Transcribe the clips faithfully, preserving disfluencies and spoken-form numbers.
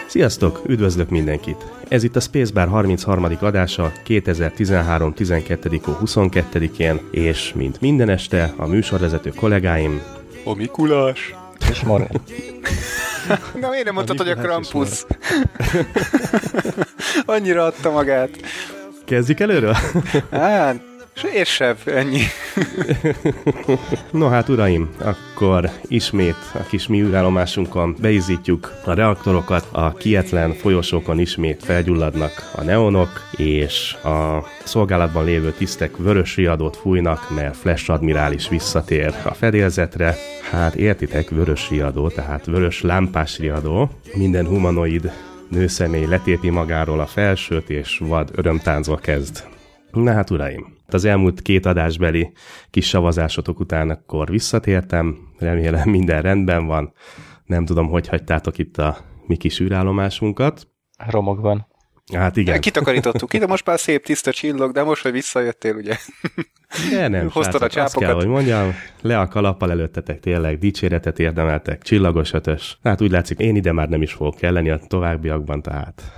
Sziasztok, üdvözlök mindenkit! Ez itt a Spacebar harmincharmadik adása kétezer-tizenhárom tizenkettő huszonkettedikén, és mint minden este a műsorvezető kollégáim... A Mikulás! És Morgan. Na miért nem mondtad, hogy a Krampus? Annyira adta magát. Kezdjük előről? Hát, érsebb, ennyi. No hát uraim, akkor ismét a kis mi űrállomásunkon beizítjuk a reaktorokat, a kietlen folyosókon ismét felgyulladnak a neonok, és a szolgálatban lévő tisztek vörös riadót fújnak, mert Flash admirális visszatér a fedélzetre. Hát értitek, vörös riadó, tehát vörös lámpás riadó. Minden humanoid nőszemély letépi magáról a felsőt, és vad örömtáncba kezd. Na hát uraim, az elmúlt két adásbeli kis savazásotok után akkor visszatértem, remélem minden rendben van. Nem tudom, hogy hagytátok itt a mi kis űrállomásunkat. Romokban. Hát igen. Kitakarítottuk, ide most már szép tiszta csillog, de most, hogy visszajöttél, ugye? De nem, hoztad a csápokat. Azt kell, hogy mondjam, le a kalappal előttetek, tényleg dicséretet érdemeltek, csillagos ötös. Tehát úgy látszik, én ide már nem is fogok kelleni a továbbiakban, tehát...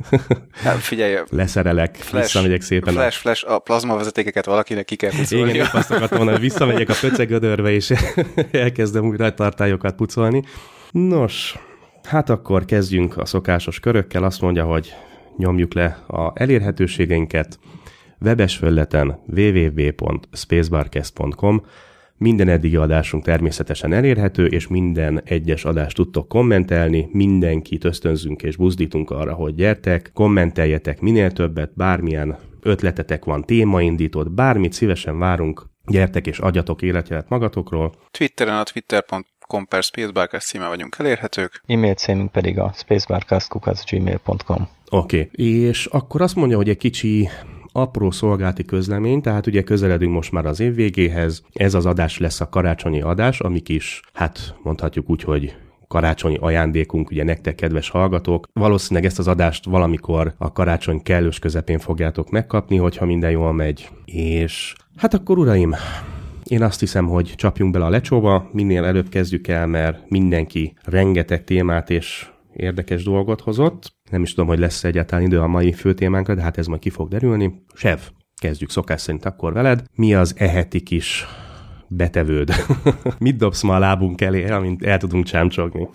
Nem, figyelj. Leszerelek, flash, visszamegyek szépen. Flash, a... flash, a plazmavezetékeket valakinek ki kell pucolni. Igen, azt akartam mondani, hogy visszamegyek a pöcegödörbe, és elkezdem újra tartályokat pucolni. Nos, hát akkor kezdjünk a szokásos körökkel. Azt mondja, hogy nyomjuk le a elérhetőségeinket. Webes felületen double-u double-u double-u pont spacebarcast pont com. Minden eddigi adásunk természetesen elérhető, és minden egyes adást tudtok kommentelni, mindenkit ösztönzünk és buzdítunk arra, hogy gyertek, kommenteljetek minél többet, bármilyen ötletetek van, témaindított, bármit szívesen várunk, gyertek és adjatok életjelet magatokról. Twitteren a twitter pont com per spacebarcast címen vagyunk elérhetők. E-mail címünk pedig a spacebarcast kukac gmail pont com. Oké, okay. És akkor azt mondja, hogy egy kicsi... apró szolgálati közlemény, tehát ugye közeledünk most már az év végéhez. Ez az adás lesz a karácsonyi adás, amik is, hát mondhatjuk úgy, hogy karácsonyi ajándékunk, ugye nektek, kedves hallgatók. Valószínűleg ezt az adást valamikor a karácsony kellős közepén fogjátok megkapni, hogyha minden jól megy. És hát akkor uraim, én azt hiszem, hogy csapjunk bele a lecsóba, minél előbb kezdjük el, mert mindenki rengeteg témát és érdekes dolgot hozott. Nem is tudom, hogy lesz egyáltalán idő a mai fő témánkra, de hát ez majd ki fog derülni. Sev, kezdjük szokás szerint akkor veled. Mi az eheti kis betevőd? Mit dobsz ma a lábunk elé, amint el tudunk csámcsogni?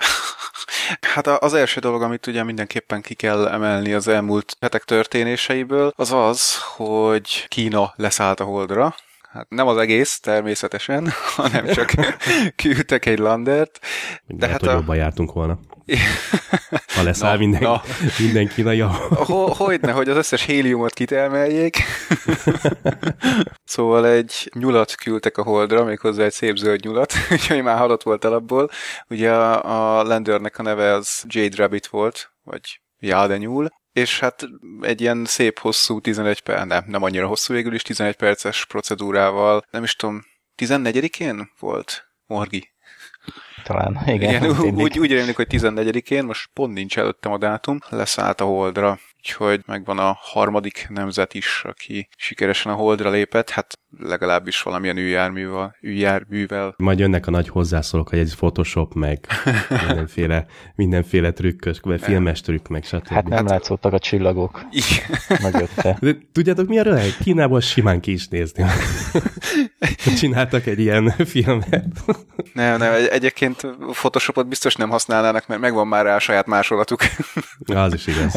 Hát az első dolog, amit ugye mindenképpen ki kell emelni az elmúlt hetek történéseiből, az az, hogy Kína leszállt a Holdra. Hát nem az egész, természetesen, hanem csak küldtek egy landert. De hát a... jobban jártunk volna. Ha leszáll no, minden, no. minden kínai. Ho, hogyne, hogy az összes héliumot kitermeljék. Szóval egy nyulat küldtek a Holdra, méghozzá egy szép zöld nyulat, úgyhogy már halott volt alapból. Ugye a, a landernek a neve az Jade Rabbit volt, vagy Jade nyúl. És hát egy ilyen szép hosszú tizenegy perc, nem, nem annyira hosszú végül is, tizenegy perces procedúrával, nem is tudom, tizennegyedikén volt, Morgi? Talán, igen. igen úgy, úgy rémlik, hogy tizennegyedikén, most pont nincs előttem a dátum, leszállt a Holdra, úgyhogy megvan a harmadik nemzet is, aki sikeresen a Holdra lépett, hát legalábbis valamilyen űrjárművel. űrjárművel. Majd jönnek a nagy hozzászólók, hogy ez Photoshop, meg mindenféle, mindenféle trükkös, vagy filmes trükk, meg stb. Hát nem hát... látszottak a csillagok. Mögötte. De tudjátok, mi a röhely? Kínából simán ki is nézni. Csináltak egy ilyen filmet. Nem, nem, egyébként Photoshopot biztos nem használnának, mert megvan már rá a saját másolatuk. Az is igaz.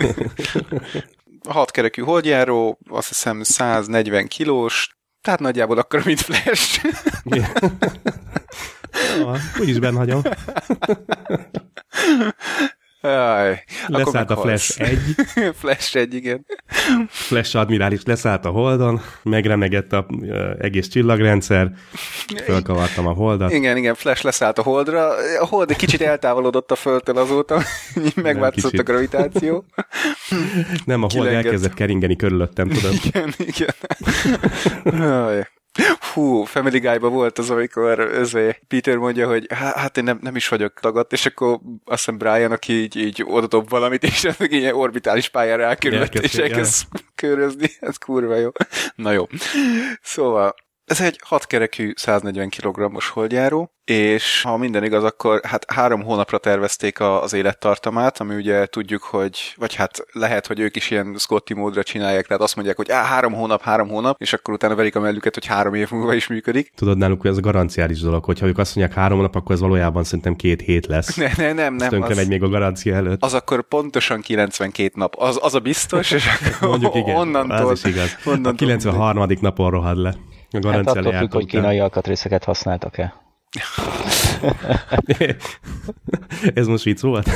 A hatkerekű holdjáró, azt hiszem száznegyven kilós, tehát nagyjából akkor, mint Flash. Úgyis benn hagyom. Jaj, leszállt a Flash egy. Flash egy, igen. Flash admirális leszállt a Holdon, megremegett a uh, egész csillagrendszer, fölkavartam a Holdat. Igen, igen, Flash leszállt a Holdra. A Hold egy kicsit eltávolodott a Földtől azóta, megváltozott a gravitáció. Nem, a Hold elkezdett keringeni körülöttem, tudod. Igen, igen. Jaj. Hú, Family Guy-ban volt az, amikor özé, Peter mondja, hogy hát én nem, nem is vagyok tagat, és akkor azt hiszem Brian, aki így, így odadob valamit, és ez ilyen orbitális pályára elkerülött, és elkezd körözni. Ez kurva jó. Na jó. Szóval Ez egy hatkerekű száznegyven kilogrammos holdjáró, és ha minden igaz, akkor hát három hónapra tervezték a, az élettartamát, ami ugye tudjuk, hogy, vagy hát lehet, hogy ők is ilyen Scotty módra csinálják, tehát azt mondják, hogy á, három hónap, három hónap, és akkor utána verik a mellüket, hogy három év múlva is működik. Tudod náluk, hogy ez a garanciális dolog, hogyha ők azt mondják három hónap, akkor ez valójában szerintem két hét lesz. Ne, ne, nem, nem. Tönkre megy még a garancia előtt. Az akkor pontosan kilencvenkét nap. Az, az a biztos, és mondjuk igen, onnantól, az is igaz. Onnantól a kilencvenharmadik napon rohad le. A hát attól függ, hogy kínai alkatrészeket használtak-e. Ez most vicc volt?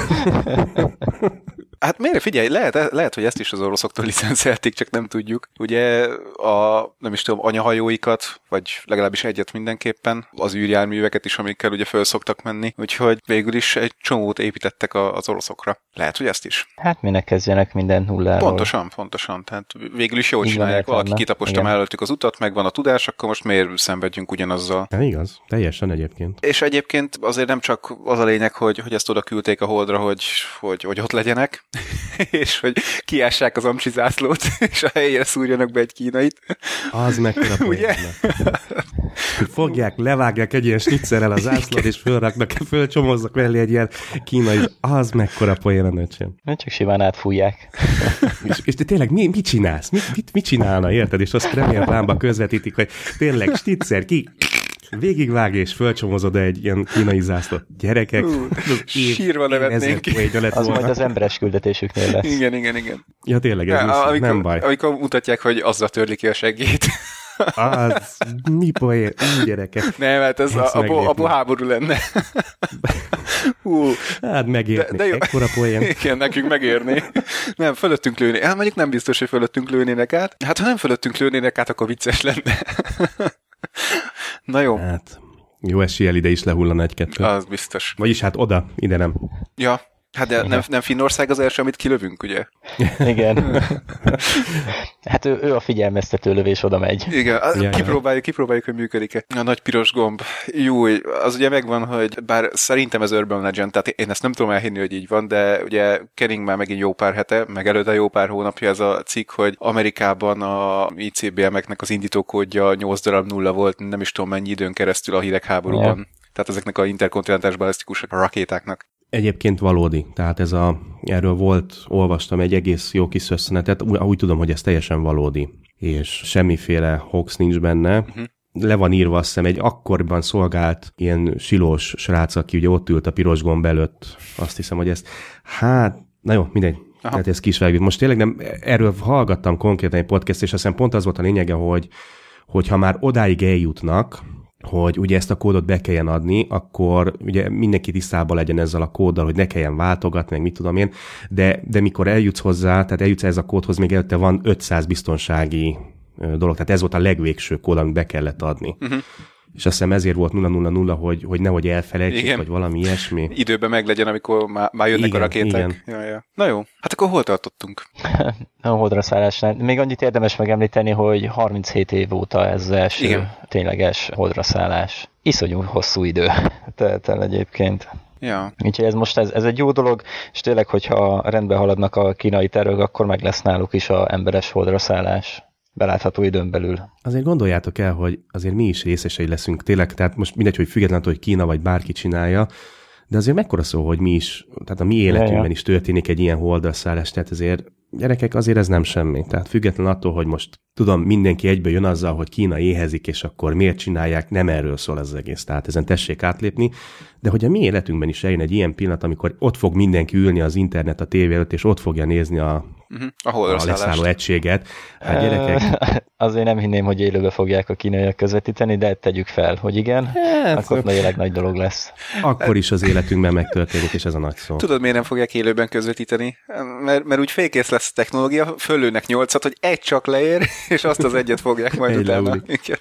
Hát miért? Figyelj, lehet, lehet, hogy ezt is az oroszoktól licenszelték, csak nem tudjuk. Ugye a, nem is tudom, anyahajóikat, vagy legalábbis egyet mindenképpen, az űrjárműveket is, amikkel ugye föl szoktak menni, úgyhogy végül is egy csomót építettek az oroszokra. Lehet, hogy ezt is. Hát minek kezdjenek minden nulláról. Pontosan, pontosan. Tehát végül is jól csinálják, valaki kitaposta mellőttük az utat, megvan a tudás, akkor most miért szenvedjünk ugyanazzal? Hát igaz, teljesen egyébként. És egyébként azért nem csak az a lényeg, hogy, hogy ezt oda küldték a Holdra, hogy, hogy, hogy ott legyenek, és hogy kiássák az amcsi zászlót, és a helyére szúrjanak be egy kínait. Az mekkora poén. Fogják, levágják egy ilyen snitzerrel az zászlót, és fölraknak, fölcsomoznak mellé egy ilyen kínai, az mekkora poén a nöcsém. Csak simán átfújják. és, és de tényleg mi, mit csinálsz? Mit, mit, mit csinálna, érted? És azt Premier Plánba közvetítik, hogy tényleg snitzer, ki végigvág és fölcsomozod egy ilyen kínai zászlót. Gyerekek, uh, sírva nevetnénk ki. Az volna. Majd az emberes küldetésüknél lesz. Igen, igen, igen. Ja, tényleg, ez ja, amikor, nem baj. Amikor mutatják, hogy azzal törli ki a seggét. Az, mi poén, úgy gyerekek. Nem, hát ez a, a, a háború lenne. uh, hát megérni, de, de ekkora poén. Igen, nekünk megérni. Nem, fölöttünk lőni. Hát mondjuk nem biztos, hogy fölöttünk lőnének át. Hát ha nem fölöttünk lőnének át, akkor vicces lenne. Na jó. Hát, jó eséllyel ide is lehullana egy-kettő. Az biztos. Vagyis hát oda, ide nem. Ja, hát de nem, nem Finnország az első, amit kilövünk, ugye? Igen. Hát ő, ő a figyelmeztető lövés, oda megy. Igen, ja, kipróbáljuk, kipróbáljuk, hogy működik-e. A nagy piros gomb. Júj, az ugye megvan, hogy bár szerintem ez Urban Legend, tehát én ezt nem tudom elhinni, hogy így van, de ugye kering már megint jó pár hete, meg előtte jó pár hónapja ez a cikk, hogy Amerikában a I C B M-eknek az indítókódja nyolc darab nulla volt, nem is tudom mennyi időn keresztül a hidegháborúban. Ja. Tehát ezeknek a interkontinentális balisztikus rakétáknak. Egyébként valódi. Tehát ez a, erről volt, olvastam egy egész jó kis összenetet, úgy tudom, hogy ez teljesen valódi, és semmiféle hoax nincs benne. Uh-huh. Le van írva, azt hiszem, egy akkoriban szolgált ilyen silós srác, aki ugye ott ült a piros gomb előtt. Azt hiszem, hogy ezt, hát, na jó, mindegy. Aha. Tehát ez kisvágít. Most tényleg nem, erről hallgattam konkrétan egy podcast, és azt hiszem pont az volt a lényege, hogy, hogy ha már odáig eljutnak, hogy ugye ezt a kódot be kelljen adni, akkor ugye mindenki tisztában legyen ezzel a kóddal, hogy ne kelljen váltogatni, meg mit tudom én, de, de mikor eljutsz hozzá, tehát eljutsz ez a kódhoz, még előtte van ötszáz biztonsági dolog, tehát ez volt a legvégső kód, amit be kellett adni. Uh-huh. És azt hiszem ezért volt nulla nulla nulla, hogy, hogy nehogy elfelejtsük, igen, vagy valami ilyesmi. Időben meglegyen, amikor már, már jönnek igen, a rakéták. Ja, ja. Na jó, hát akkor hol tartottunk? A holdra szállásnál. Még annyit érdemes megemlíteni, hogy harminchét év óta ez az első igen, tényleges holdra szállás. Iszonyú hosszú idő telt el egyébként. Ja. Úgyhogy ez most ez, ez egy jó dolog, és tényleg, hogyha rendben haladnak a kínai tervek, akkor meg lesz náluk is a emberes holdra szállás belátható időn belül. Azért gondoljátok el, hogy azért mi is részesei leszünk tényleg, tehát most mindegy, hogy függetlenül, hogy Kína vagy bárki csinálja, de azért mekkora szó, hogy mi is, tehát a mi életünkben ja, ja. is történik egy ilyen holdra szállás, tehát azért gyerekek, azért ez nem semmi. Tehát független attól, hogy most tudom, mindenki egyből jön azzal, hogy Kína éhezik, és akkor miért csinálják, nem erről szól ez az egész. Tehát ezen tessék átlépni, de hogy a mi életünkben is eljön egy ilyen pillanat, amikor ott fog mindenki ülni az internet a tévé előtt, és ott fogja nézni a, uh-huh. a, a leszálló egységet. Hát gyerekek... Azért nem hinném, hogy élőbe fogják a kínaiak közvetíteni, de tegyük fel, hogy igen, hát, akkor nagyon nagy dolog lesz. Akkor is az életünkben megtörténik, és ez a nagy szó. Tudod, miért nem fogják élőben közvetíteni? Mert, mert úgy fékész lesz a technológia, fölülnek nyolcat, hogy egy csak leér, és azt az egyet fogják majd utána.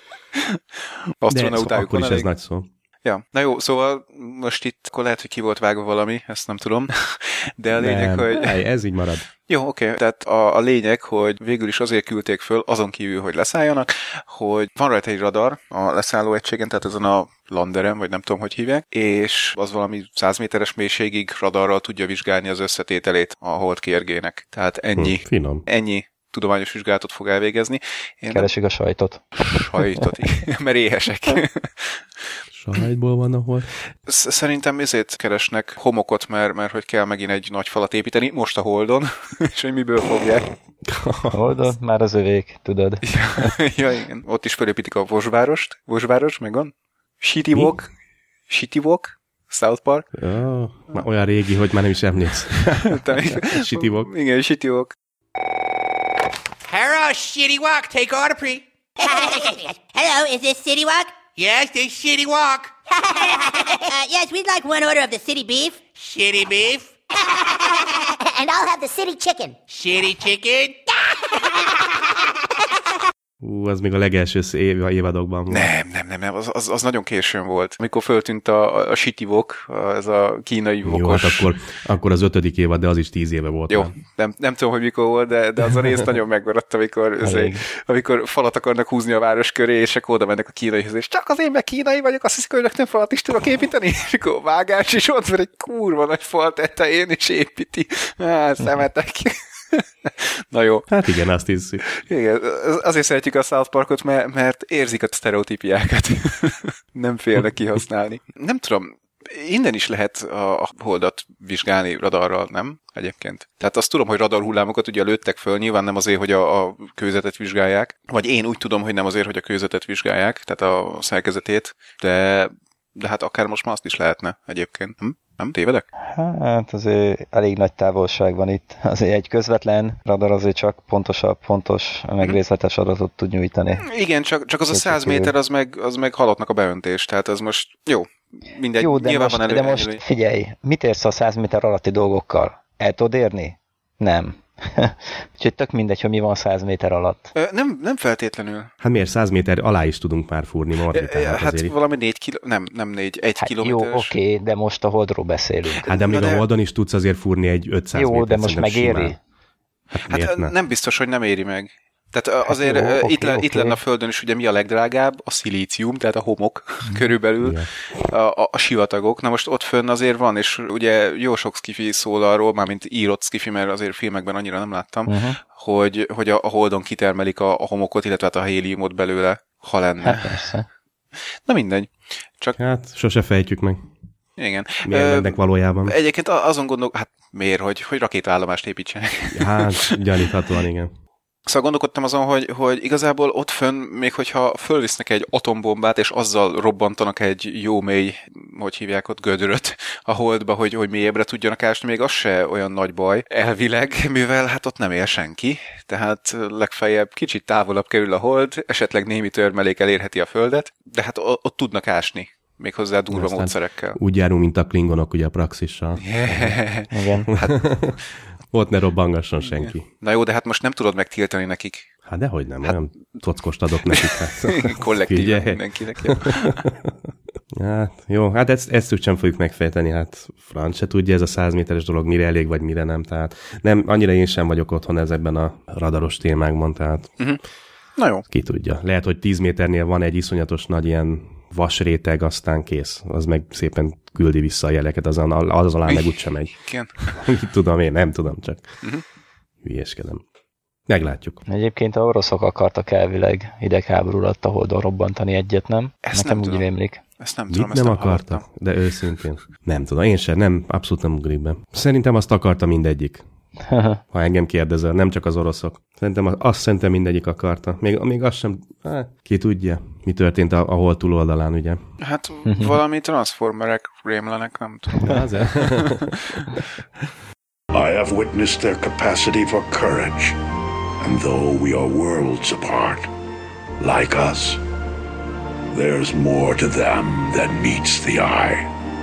De akkor is ez nagy szó. Ja, na jó, szóval most itt akkor lehet, hogy ki volt vágva valami, ezt nem tudom, de a lényeg, nem, hogy... Hely, ez így marad. Jó, oké, okay. Tehát a, a lényeg, hogy végül is azért küldték föl, azon kívül, hogy leszálljanak, hogy van rajta egy radar a leszálló egységen, tehát ezen a landeren, vagy nem tudom, hogy hívják, és az valami száz méteres mélységig radarral tudja vizsgálni az összetételét a hold kérgének. Tehát ennyi, hm, finom. ennyi tudományos vizsgálatot fog elvégezni. Én Keresik nem... a sajtot. Sajtot, mert éhesek. Sajtból van, ahol... Szerintem ezért keresnek homokot, mert, mert hogy kell megint egy nagy falat építeni, most a Holdon, és hogy miből fogják. A Holdon? Már az övék, tudod. ja, ja, igen. Ott is felépítik a Vosvárost. Vosváros, megvan? Shitty Walk. Shitty Walk. South Park. Oh, már olyan régi, hogy már nem is emléksz. Shitty Walk. Igen, Shitty Walk. Hello, Shitty Walk. Take order, please. Hello, is this City Walk? Yes, this Shitty Walk. uh, yes, we'd like one order of the city beef. Shitty beef. And I'll have the city chicken. Shitty chicken. Ú, az még a legelső év, évadokban volt. Nem, nem, nem, nem. Az, az, az nagyon későn volt. Amikor föltűnt a, a Shitty Wok, ez a kínai vokos. Jó, hát akkor, akkor az ötödik évad, de az is tíz éve volt. Jó, nem, nem tudom, hogy mikor volt, de, de az a rész nagyon megmaradt, amikor, azért, amikor falat akarnak húzni a város köré, és akkor oda mennek a kínaihoz, és csak az én meg kínai vagyok, azt hiszik, hogy nem falat is tudok építeni, és akkor vágás, és ott van egy kurva nagy fal tetején, és építi. Á, szemetek. Na jó. Hát igen, azt hiszük. Igen, azért szeretjük a South Parkot, mert, mert érzik a sztereotípiákat. Nem félnek kihasználni. Nem tudom, innen is lehet a Holdat vizsgálni radarral, nem? Egyébként. Tehát azt tudom, hogy radarhullámokat ugye lőttek föl, nyilván nem azért, hogy a, a kőzetet vizsgálják, vagy én úgy tudom, hogy nem azért, hogy a kőzetet vizsgálják, tehát a szerkezetét, de, de hát akár most már azt is lehetne egyébként. Hm? Nem tévedek? Hát azért elég nagy távolság van itt. Azért egy közvetlen radar azért csak pontosabb, pontos, meg részletes adatot tud nyújtani. Igen, csak, csak az a száz méter, az meg, az meg halottnak a beöntés. Tehát ez most jó. Mindegy, jó, de most, van elő, de most elő. Figyelj, mit érsz a száz méter alatti dolgokkal? El tudod érni? Nem. Úgyhogy tök mindegy, hogy mi van száz méter alatt. Ö, nem, nem feltétlenül. Hát miért száz méter alá is tudunk már fúrni, Marti? Hát, hát valami négy kiló, nem, nem négy, egy hát kilométeres. Jó, oké, okay, de most a Holdról beszélünk. Hát de még de... a Holdon is tudsz azért fúrni egy ötszáz jó, métert. Jó, de most megéri? Hát, hát ne? Nem biztos, hogy nem éri meg. Tehát azért hát jó, itt, okay, le, okay. itt lenne a Földön is ugye mi a legdrágább? A szilícium, tehát a homok körülbelül, a, a, a sivatagok. Na most ott fönn azért van, és ugye jó sok skifi szól arról, mármint írott skifi, mert azért filmekben annyira nem láttam, uh-huh. hogy, hogy a, a Holdon kitermelik a, a homokot, illetve hát a héliumot belőle, ha lenne. Hát persze. Na mindegy. Csak... Hát sose fejtjük meg. Igen. Miért mennek valójában? Egyébként azon gondolok, hát miért, hogy, hogy rakétaállomást építsenek. Hát gyaníthatóan, igen. Szóval gondolkodtam azon, hogy, hogy igazából ott fönn, még hogyha fölvisznek egy atombombát, és azzal robbantanak egy jó mély, hogy hívják ott, gödröt a Holdba, hogy, hogy mélyebbre tudjanak ásni, még az se olyan nagy baj elvileg, mivel hát ott nem él senki, tehát legfeljebb kicsit távolabb kerül a Hold, esetleg némi törmelék elérheti a Földet, de hát ott, ott tudnak ásni. Méghozzá durva aztán módszerekkel. Úgy járunk, mint a klingonok, ugye a praxissal. Yeah. Igen. Hát, ott ne robbangasson senki. Na jó, de hát most nem tudod megtiltani nekik. Hát dehogy nem, hát, olyan tockost adok nekik. Hát. Kollektíven mindenkinek. Jó. Hát jó, hát ezt, ezt sem fogjuk megfejteni, hát franc se tudja ez a száz méteres dolog, mire elég, vagy mire nem, tehát nem, annyira én sem vagyok otthon ezekben a radaros témákban, tehát uh-huh. Na jó. Ki tudja. Lehet, hogy tíz méternél van egy iszonyatos nagy ilyen vasréteg, aztán kész. Az meg szépen küldi vissza a jeleket, azon, az alá meg úgysem megy. Igen. Tudom én, nem tudom, csak uh-huh. hülyéskedem. Meglátjuk. Egyébként a oroszok akartak elvileg hidegháború alatt a Holdon robbantani egyet, nem? Ezt Nekem nem úgy rémlik. Ezt nem tudom, ezt nem, nem akartak, de őszintén. Nem tudom, én sem, nem, abszolút nem ugrik be. Szerintem azt akarta mindegyik. Ha engem kérdezel, nem csak az oroszok. Szerintem azt szerintem mindegyik akarta. Még, még azt sem, á, ki tudja, mi történt a, a Hold túloldalán, ugye? Hát valami transformerek rémlenek, nem tudom. I have witnessed their capacity for courage, and though we are worlds apart, like us, there's more to them than meets the eye.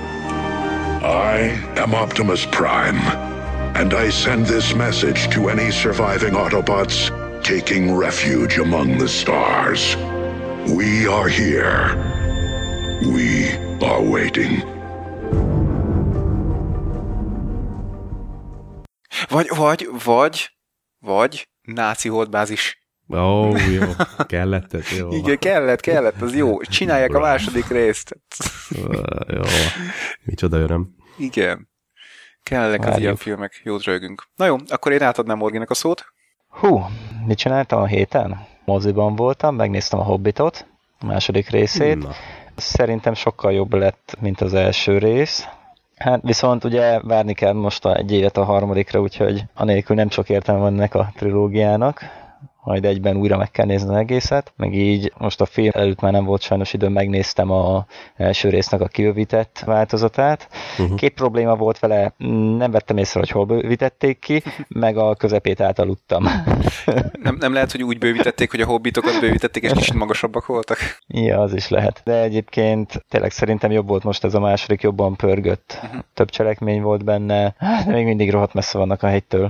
I am Optimus Prime, and I send this message to any surviving Autobots taking refuge among the stars. We are here. We are waiting. Vagy, vagy, vagy, vagy náci holdbázis. Ó, oh, jó, kellett ez, jó. Igen, kellett, kellett, az jó. Csinálják a második részt. Jó, micsoda öröm. Igen. Kellnek az ilyen filmek, jót rögünk. Na jó, akkor én átadnám Morginak a szót. Hú, mit csináltam a héten? Moziban voltam, megnéztem a Hobbitot, a második részét. Na. Szerintem sokkal jobb lett, mint az első rész. Hát viszont ugye várni kell most egy évet a harmadikra, úgyhogy anélkül nem sok értelme van ennek a trilógiának. Majd egyben újra meg kell nézni az egészet, meg így most a film előtt már nem volt sajnos időm, megnéztem az első résznek a kibővített változatát. Uh-huh. Két probléma volt vele, nem vettem észre, hogy hol bővítették ki, meg a közepét átaludtam. Nem, nem lehet, hogy úgy bővítették, hogy a hobbitokat bővítették, és kicsit magasabbak voltak? Ja, az is lehet. De egyébként tényleg szerintem jobb volt most ez a második, jobban pörgött. Uh-huh. Több cselekmény volt benne, de még mindig rohadt messze vannak a hegytől.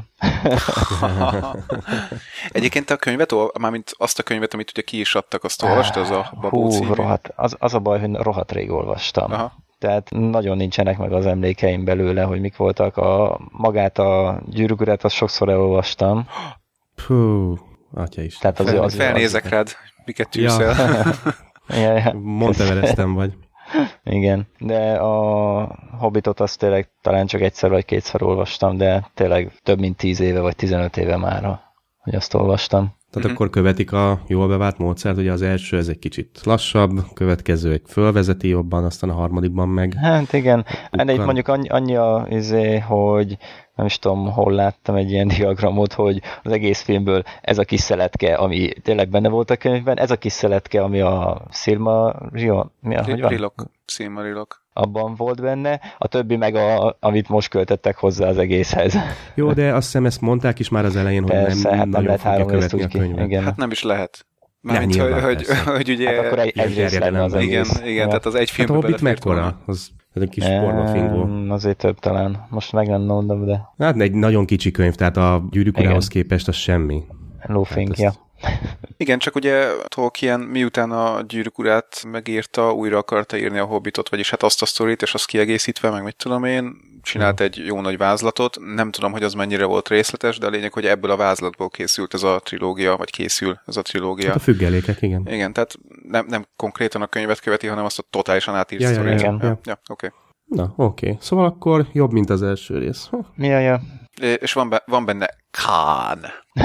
Egyébként a könyvet, mármint azt a könyvet, amit ugye ki is adtak, azt olvastad, az a Babó című? Rohadt, az, az a baj, hogy rohadt rég olvastam. Aha. Tehát nagyon nincsenek meg az emlékeim belőle, hogy mik voltak. A, magát a Gyűrűk Urát, azt sokszor elolvastam. Hú, atya is. Tehát az, az, felnézek az, rád, miket tűz el. Ja, ja. Monteverestem vagy. Igen, de a Hobbitot azt tényleg talán csak egyszer vagy kétszer olvastam, de tényleg több mint tíz éve vagy tizenöt éve mára, hogy azt olvastam. Tehát mm-hmm. akkor követik a jól bevált módszert, ugye az első ez egy kicsit lassabb, következő egy fölvezeti jobban, aztán a harmadikban meg... Hát igen, de itt mondjuk annyi, annyi a, izé, hogy nem is tudom, hol láttam egy ilyen diagramot, hogy az egész filmből ez a kis szeletke, ami tényleg benne volt a könyvben, ez a kis szeletke, ami a Silmarillion, mi a, hogy van? Rilok, Silmarilok. Abban volt benne, a többi meg a, amit most költettek hozzá az egészhez. Jó, de azt hiszem ezt mondták is már az elején, hogy persze, nem hát nagyon nem fogja követni a könyvet. Igen. Hát nem is lehet. Mármint, hogy, hogy, hogy ugye... Hát akkor egy, egy rész lenne az igen, igen, igen, tehát az egy filmbe hát a Hobbit mekkora? Az, ez egy kis pornofingó. Azért több talán. Most meg nem mondom, de... Hát egy nagyon kicsi könyv, tehát a Gyűrűk Urához képest az semmi. Lófing, hát ja. Igen, csak ugye Tolkien miután a Gyűrűk Urát megírta, újra akarta írni a Hobbitot, vagyis hát azt a sztorit, és azt kiegészítve, meg mit tudom én, csinált egy jó nagy vázlatot. Nem tudom, hogy az mennyire volt részletes, de a lényeg, hogy ebből a vázlatból készült ez a trilógia, vagy készül ez a trilógia. Hát a függelékek, igen. Igen, tehát nem, nem konkrétan a könyvet követi, hanem azt a totálisan átírt ja, sztorit. Ja, ja, ja. ja, ja oké. Okay. Na, oké. Okay. Szóval akkor jobb, mint az első rész. Ja, ja. És van, be, van benne Khan.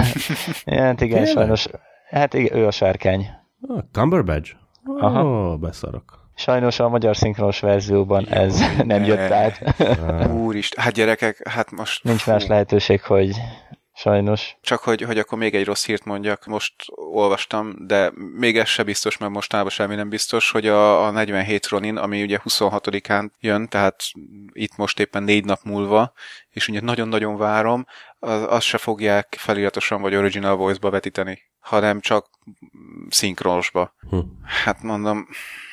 Ja, hát igen, sajnos. Hát igen, ő a sárkány. Ah, Cumberbatch? Aha. Oh, beszarok. Sajnos a magyar szinkronos verzióban Jó, ez ne. nem jött át. Úristen, hát gyerekek, hát most... Nincs más lehetőség, hogy sajnos. Csak hogy, hogy akkor még egy rossz hírt mondjak, most olvastam, de még ez se biztos, mert mostanában semmi nem biztos, hogy a, a negyvenhét Ronin, ami ugye huszonhatodikán jön, tehát itt most éppen négy nap múlva, és ugye nagyon-nagyon várom, az, azt se fogják feliratosan vagy original voice-ba vetíteni, hanem csak szinkronosba. Hm. Hát mondom...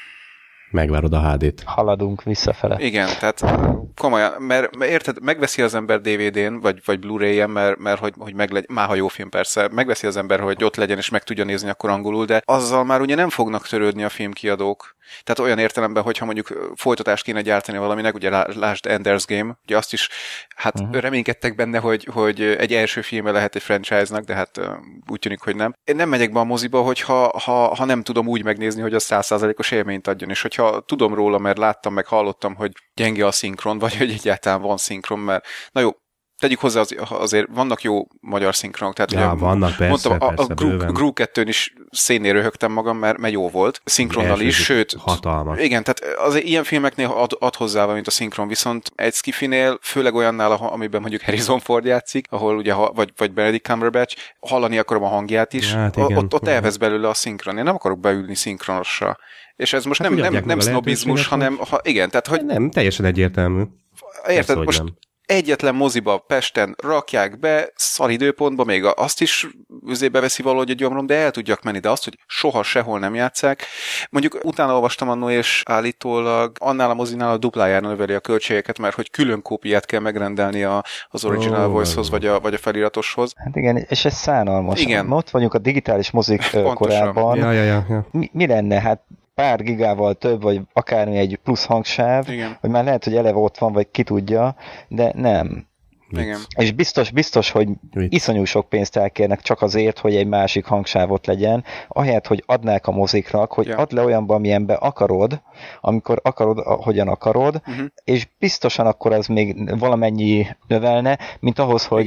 Megvárod a há dét. Haladunk visszafele. Igen, tehát komolyan, mert, mert érted, megveszi az ember dé vé dén, vagy, vagy Blu-ray-en, mert, mert hogy, hogy meglegy, már ha jó film persze, megveszi az ember, hogy ott legyen és meg tudja nézni akkor angolul, de azzal már ugye nem fognak törődni a filmkiadók. Tehát olyan értelemben, hogyha mondjuk folytatást kéne gyártani valaminek, ugye lásd Ender's Game, ugye azt is, hát uh-huh. reménykedtek benne, hogy, hogy egy első filme lehet egy franchise-nak, de hát úgy tűnik, hogy nem. Én nem megyek be a moziba, hogyha ha, ha nem tudom úgy megnézni, hogy az száz százalékos élményt adjon, és hogyha tudom róla, mert láttam, meg hallottam, hogy gyenge a szinkron, vagy hogy egyáltalán van szinkron, mert na jó, tegyük hozzá, az, azért vannak jó magyar szinkronok. Tehát ja, ugye, vannak, persze, mondtam, persze, a, a Gru kettőn is szénnél röhögtem magam, mert, mert jó volt. Szinkronnal is, sőt... Hatalmas. Igen, tehát azért ilyen filmeknél ad, ad hozzá, mint a szinkron, viszont egy skifinél, főleg olyannál, amiben mondjuk Harrison Ford játszik, ahol ugye, vagy, vagy Benedict Cumberbatch, hallani akarom a hangját is, hát igen, ott, ott elvesz belőle a szinkron. Én nem akarok beülni szinkronosra. És ez most hát nem, nem, nem sznobizmus, hanem ha, igen, tehát hogy... Nem, teljesen egyértelmű. Érted, Persze, most nem. Egyetlen moziba Pesten rakják be, szar időpontba, még azt is üzébe veszi valahogy a gyomrom, de el tudjak menni, de azt, hogy soha sehol nem játsszák. Mondjuk utána olvastam annól, és állítólag annál a mozinál a duplájára növeli a költségeket, mert hogy külön kópiát kell megrendelni a, az original oh, voice-hoz, vagy a, vagy a feliratoshoz. Hát igen, és ez szánalmas. Igen. Ott vagyunk a digitális mozik korában. Ja, ja, ja, ja. Mi, mi lenne? Hát pár gigával több, vagy akármi egy plusz hangsáv, igen. Vagy már lehet, hogy eleve ott van, vagy ki tudja, de nem. Igen. És biztos, biztos, hogy Mit? iszonyú sok pénzt elkérnek csak azért, hogy egy másik hangsávot legyen, ahelyett, hogy adnák a moziknak, hogy ja. add le olyanba, amilyenbe akarod, amikor akarod, hogyan akarod, uh-huh. és biztosan akkor az még valamennyi növelne, mint ahhoz, hogy Igen.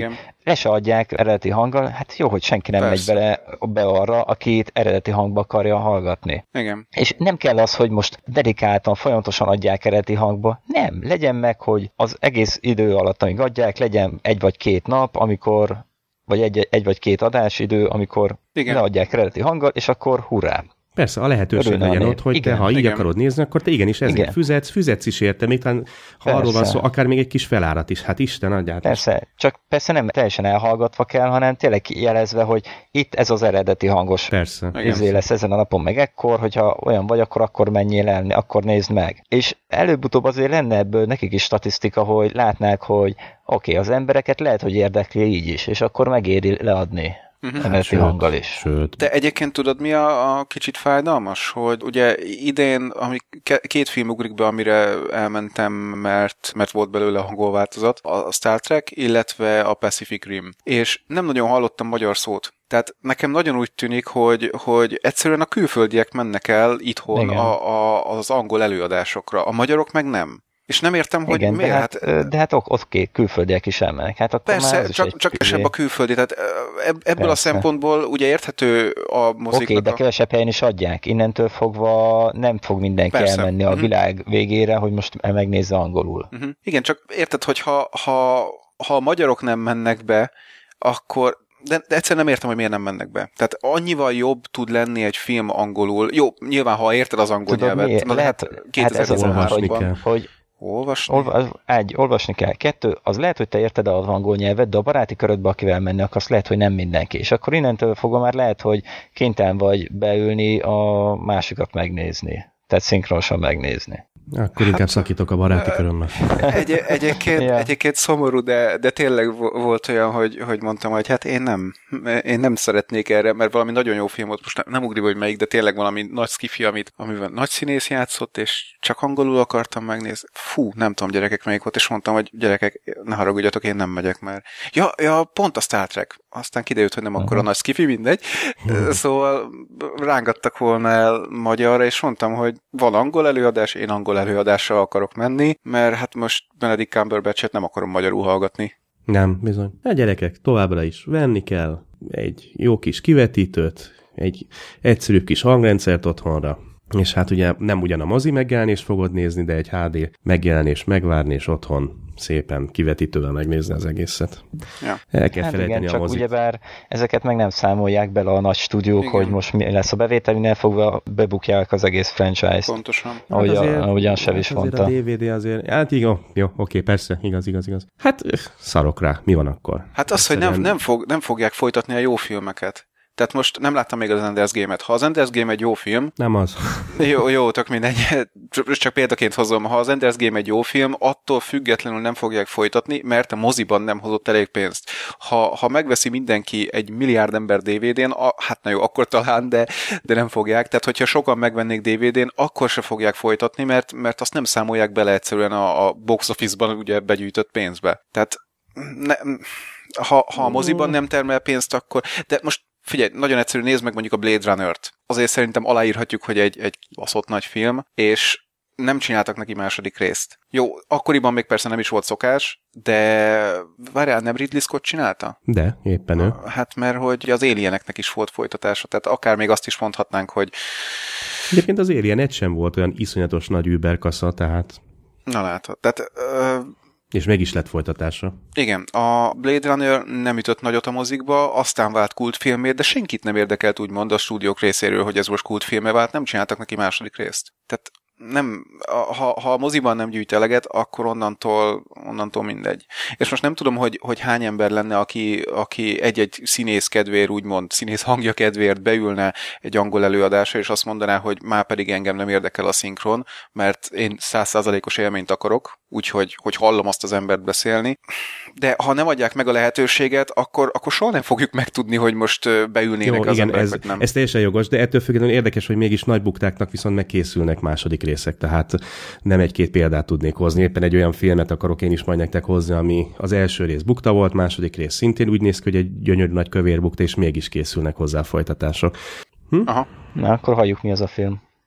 le se adják eredeti hanggal, hát jó, hogy senki nem Persze. megy bele be arra, akit eredeti hangba akarja hallgatni. Igen. És nem kell az, hogy most dedikáltan, folyamatosan adják eredeti hangba. Nem, legyen meg, hogy az egész idő alatt, amíg adják, legyen egy vagy két nap, amikor, vagy egy, egy vagy két adásidő, amikor Igen. leadják eredeti hanggal, és akkor hurrá. Persze, a lehetőség Örülne legyen a ott, hogy igen, te, ha igen. így akarod nézni, akkor te igenis ezért igen. füzetsz, füzetsz is érte, még talán, ha persze. arról van szó, akár még egy kis felárat is, hát Isten adját. Persze, csak persze nem teljesen elhallgatva kell, hanem tényleg jelezve, hogy itt ez az eredeti hangos persze. izé lesz ezen a napon, meg ekkor, hogyha olyan vagy, akkor akkor menjél el, akkor nézd meg. És előbb-utóbb azért lenne ebből nekik is statisztika, hogy látnák, hogy oké, okay, az embereket lehet, hogy érdekli így is, és akkor megéri leadni. Uh-huh. Eredeti hanggal is. Sőt. De egyébként tudod, mi a, a kicsit fájdalmas? Hogy ugye idén, ami két film ugrik be, amire elmentem, mert, mert volt belőle hangolváltozat, a Star Trek, illetve a Pacific Rim. És nem nagyon hallottam magyar szót. Tehát nekem nagyon úgy tűnik, hogy, hogy egyszerűen a külföldiek mennek el itthon a, a, az angol előadásokra. A magyarok meg nem. És nem értem, hogy igen, miért. De hát, hát, de hát oké, okay, külföldiek is elmennek. Hát akkor persze, csak, csak esebb a külföldi. Tehát ebből persze. a szempontból ugye érthető a moziknak. Oké, okay, de kevesebb helyen is adják. Innentől fogva nem fog mindenki persze. elmenni a világ végére, hogy most megnézze angolul. Uh-huh. Igen, csak érted, hogy ha, ha, ha a magyarok nem mennek be, akkor... De, de egyszerűen nem értem, hogy miért nem mennek be. Tehát annyival jobb tud lenni egy film angolul. Jó, nyilván, ha érted az angol Tudod, nyelvet. Na, lehet, hát ez az olvasni kell. Hogy olvasni? Olva, egy, olvasni kell. Kettő, az lehet, hogy te érted az angol nyelvet, de a baráti körödbe, akivel menni akarsz, lehet, hogy nem mindenki. És akkor innentől fogva már lehet, hogy kénytelen vagy beülni a másikat megnézni. Tehát szinkronosan megnézni. Akkor inkább hát, szakítok a baráti körömmel. Egy, egyébként, yeah. egyébként szomorú, de, de tényleg volt olyan, hogy, hogy mondtam, hogy hát én nem, én nem szeretnék erre, mert valami nagyon jó film volt, most nem, nem ugrik, hogy melyik, de tényleg valami nagy skifi, amit, amiben nagy színész játszott, és csak angolul akartam megnézni. Fú, nem tudom, gyerekek, melyik volt, és mondtam, hogy gyerekek, ne haragudjatok, én nem megyek már. Ja, ja, pont a Star Trek. Aztán kiderült, hogy nem uh-huh. akkor a nagy skifi, mindegy. Uh-huh. Szóval rángattak volna el magyarra, és mondtam, hogy van angol előadás, én angol előadással akarok menni, mert hát most Benedict Cumberbatchet nem akarom magyarul hallgatni. Nem, bizony. Hát gyerekek, továbbra is venni kell egy jó kis kivetítőt, egy egyszerűbb kis hangrendszert otthonra, és hát ugye nem ugyan a mozi megjelenést fogod nézni, de egy há dé megjelenést megvárni, és otthon szépen kivetítővel megnézni az egészet. Ja. El kell hát felejteni igen, a mozit. Csak ugyebár ezeket meg nem számolják bele a nagy stúdiók, igen. hogy most mi lesz a bevételinél fogva, bebukják az egész franchise-t. Pontosan. Ahogy hát azért, a, ahogyan Sev is hát mondta. A dé vé dé azért, hát jó, jó, oké, persze, igaz, igaz, igaz. Hát szarok rá, mi van akkor? Hát az, Egyszerűen... hogy nem, nem, fog, nem fogják folytatni a jó filmeket. Tehát most nem láttam még az Ender's Game-et. Ha az Ender's Game egy jó film... Nem az. Jó, jó, tök mindegy. Csak példaként hozom. Ha az Ender's Game egy jó film, attól függetlenül nem fogják folytatni, mert a moziban nem hozott elég pénzt. Ha, ha megveszi mindenki egy milliárd ember dé vé dén, a, hát na jó, akkor talán, de, de nem fogják. Tehát, hogyha sokan megvennék dé vé dén, akkor se fogják folytatni, mert, mert azt nem számolják bele egyszerűen a, a box office-ban ugye begyűjtött pénzbe. Tehát ne, ha, ha a moziban nem termel pénzt, akkor... De most figyelj, nagyon egyszerű, nézd meg mondjuk a Blade Runner-t. Azért szerintem aláírhatjuk, hogy egy, egy baszott nagy film, és nem csináltak neki második részt. Jó, akkoriban még persze nem is volt szokás, de várjál, nem Ridley Scott csinálta? De, éppen ő. Hát mert hogy az Alieneknek is volt folytatása, tehát akár még azt is mondhatnánk, hogy... Egyébként az Alien egy sem volt olyan iszonyatos nagy überkasza, tehát... Na látod, tehát... Ö... És meg is lett folytatása. Igen, a Blade Runner nem ütött nagyot a mozikba, aztán vált kultfilmét, de senkit nem érdekelt úgymond a stúdiók részéről, hogy ez most kultfilme vált, nem csináltak neki második részt. Tehát nem, ha, ha a moziban nem gyűjt eleget, akkor onnantól, onnantól mindegy. És most nem tudom, hogy, hogy hány ember lenne, aki, aki egy-egy színész kedvéért, úgymond színész hangja kedvéért beülne egy angol előadásra, és azt mondaná, hogy már pedig engem nem érdekel a szinkron, mert én száz százalékos élményt akarok, úgyhogy hogy hallom azt az embert beszélni. De ha nem adják meg a lehetőséget, akkor, akkor soha nem fogjuk megtudni, hogy most beülnének Jó, az igen, emberek, ez, vagy nem. Ez teljesen jogos, de ettől függetlenül érdekes, hogy mégis nagy buktáknak viszont megkészülnek második részek, tehát nem egy-két példát tudnék hozni. Éppen egy olyan filmet akarok én is majd nektek hozni, ami az első rész bukta volt, második rész szintén úgy néz ki, hogy egy gyönyörű nagy kövér bukta, és mégis készülnek hozzá folytatások. Hm? Aha. Na, akkor halljuk, mi az a film.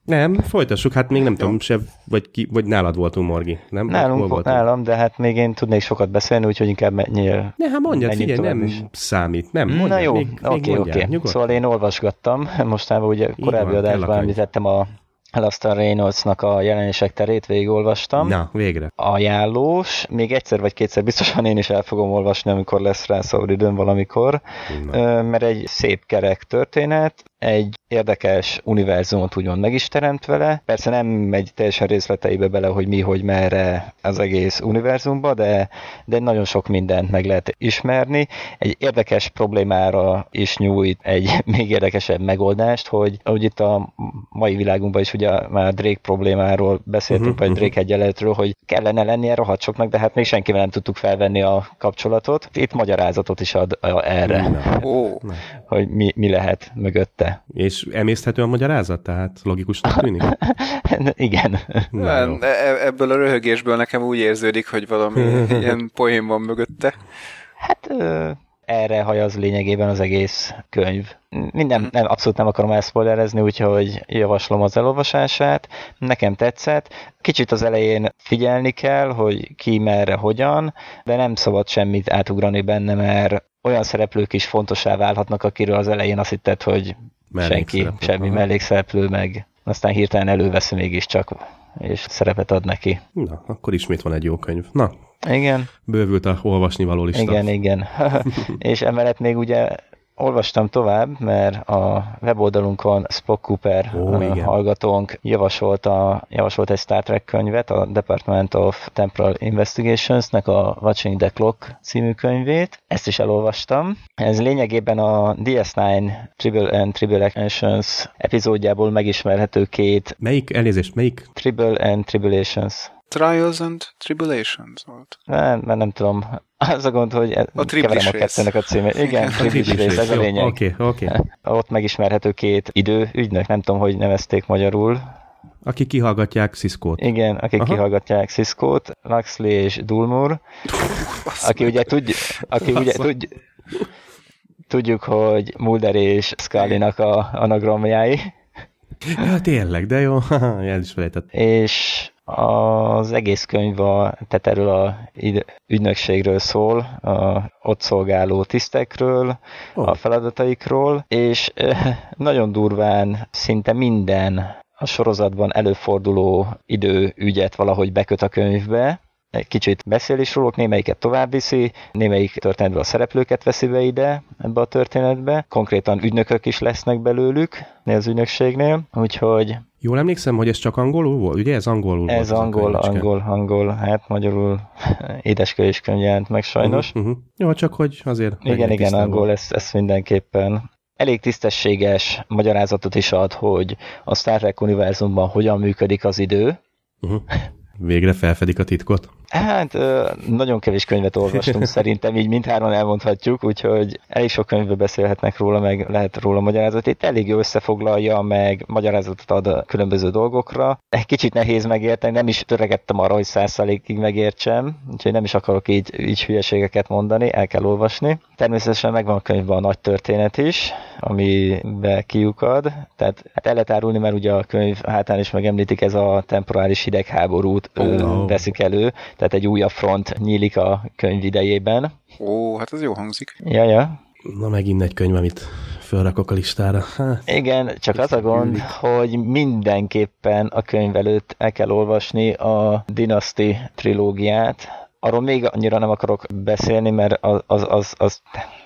Nem, folytassuk, hát még nem tudom, se, vagy, ki, vagy nálad voltunk, Morgi, nem? Nálunk volt, nálam, de hát még én tudnék sokat beszélni, úgyhogy inkább menjél. Ne, hát mondjad, figyelj, nem is számít, nem, mondjad, na jó, még, oké, még oké. Okay. Szóval én olvasgattam, mostában ugye korábbi adásban említettem a Alastor Reynoldsnak a jelenések terét, végigolvastam. Na, végre. Ajánlós. Még egyszer vagy kétszer biztosan én is el fogom olvasni, amikor lesz rá szabad időm valamikor. Na. Mert egy szép kerek történet, egy érdekes univerzumot úgymond meg is teremt vele. Persze nem megy teljesen részleteibe bele, hogy mi, hogy merre az egész univerzumba, de, de nagyon sok mindent meg lehet ismerni. Egy érdekes problémára is nyújt egy még érdekesebb megoldást, hogy ahogy itt a mai világunkban is ugye már Drake problémáról beszéltünk, uh-huh, vagy uh-huh. Drake egyenletről, hogy kellene lennie rohadt soknak, de hát még senkivel nem tudtuk felvenni a kapcsolatot. Itt magyarázatot is ad erre, oh. hogy mi, mi lehet mögötte. És emészthető a magyarázat? Tehát logikusnak tűnik? Igen. Nem, ebből a röhögésből nekem úgy érződik, hogy valami ilyen poén van mögötte. Hát ö, erre hajaz lényegében az egész könyv. Minden, nem, abszolút nem akarom elszpoilerezni, úgyhogy javaslom az elolvasását. Nekem tetszett. Kicsit az elején figyelni kell, hogy ki merre, hogyan, de nem szabad semmit átugrani benne, mert olyan szereplők is fontossá válhatnak, akiről az elején azt hitted, hogy senki, semmi mellékszereplő, meg aztán hirtelen előveszi mégiscsak, és szerepet ad neki. Na, akkor ismét van egy jó könyv. Na, igen. Bővült a olvasnivaló lista. Igen, igen. És emellett még ugye olvastam tovább, mert a weboldalunkon Spock Cooper Ó, a hallgatónk javasolt, a, javasolt egy Star Trek könyvet, a Department of Temporal Investigationsnek a Watching the Clock című könyvét. Ezt is elolvastam. Ez lényegében a D S kilenc Tribble and Tribulations epizódjából megismerhető két... Melyik, elnézést, melyik? Tribble and Tribulations. Trials and Tribulations volt. Nem, mert nem tudom. Az a gond, hogy a keverem a kettőnek a címét. Igen, triblis rész, ez a lényeg. Oké, oké. Ott megismerhető két időügynök, nem tudom, hogy nevezték magyarul. Akik kihallgatják Siskót. Igen, akik Aha. kihallgatják Siskót, Huxley és Dulmur. Aki ugye tudja, aki ugye tudj, tudjuk, hogy Mulder és Scully-nak a anagramjái. Ja, tényleg, de jó, el is felejtett. És az egész könyv a, tehát erről a ügynökségről szól, a ott szolgáló tisztekről, oh. a feladataikról, és nagyon durván szinte minden a sorozatban előforduló időügyet valahogy beköt a könyvbe. Egy kicsit beszél is róluk, némelyiket tovább viszi, némelyik történetben a szereplőket veszi be ide, ebbe a történetbe. Konkrétan ügynökök is lesznek belőlük, az ügynökségnél, úgyhogy... Jól emlékszem, hogy ez csak angolul volt? Ugye ez angolul ez volt? Ez angol, angol, angol, hát magyarul édeskövés könyv jelent meg sajnos. Uh-huh, uh-huh. Jó, csak hogy azért... Igen, igen, angol, ez, ez mindenképpen... Elég tisztességes magyarázatot is ad, hogy a Star Trek univerzumban hogyan működik az idő. Uh-huh. Végre felfedik a titkot? Hát nagyon kevés könyvet olvastunk szerintem, így mindhárman elmondhatjuk, úgyhogy elég sok könyvben beszélhetnek róla, meg lehet róla magyarázat. Itt elég jó összefoglalja, meg magyarázatot ad a különböző dolgokra. Egy kicsit nehéz megérteni, nem is töregettem arra, hogy száz százalékig megértsem, úgyhogy nem is akarok így, így hülyeségeket mondani, el kell olvasni. Természetesen megvan a könyvben a nagy történet is, amibe kiukad. Tehát hát el lehet árulni, mert ugye a könyv hátán is megemlítik, ez a temporális hidegháborút oh, no. veszik elő. Tehát egy újabb front nyílik a könyv idejében. Ó, hát ez jó hangzik. Ja, ja. Na megint egy könyv, amit felrakok a listára. Hát, igen, csak az a gond, gyűlik. Hogy mindenképpen a könyv előtt el kell olvasni a Dynasty trilógiát. Arról még annyira nem akarok beszélni, mert az... az, az, az...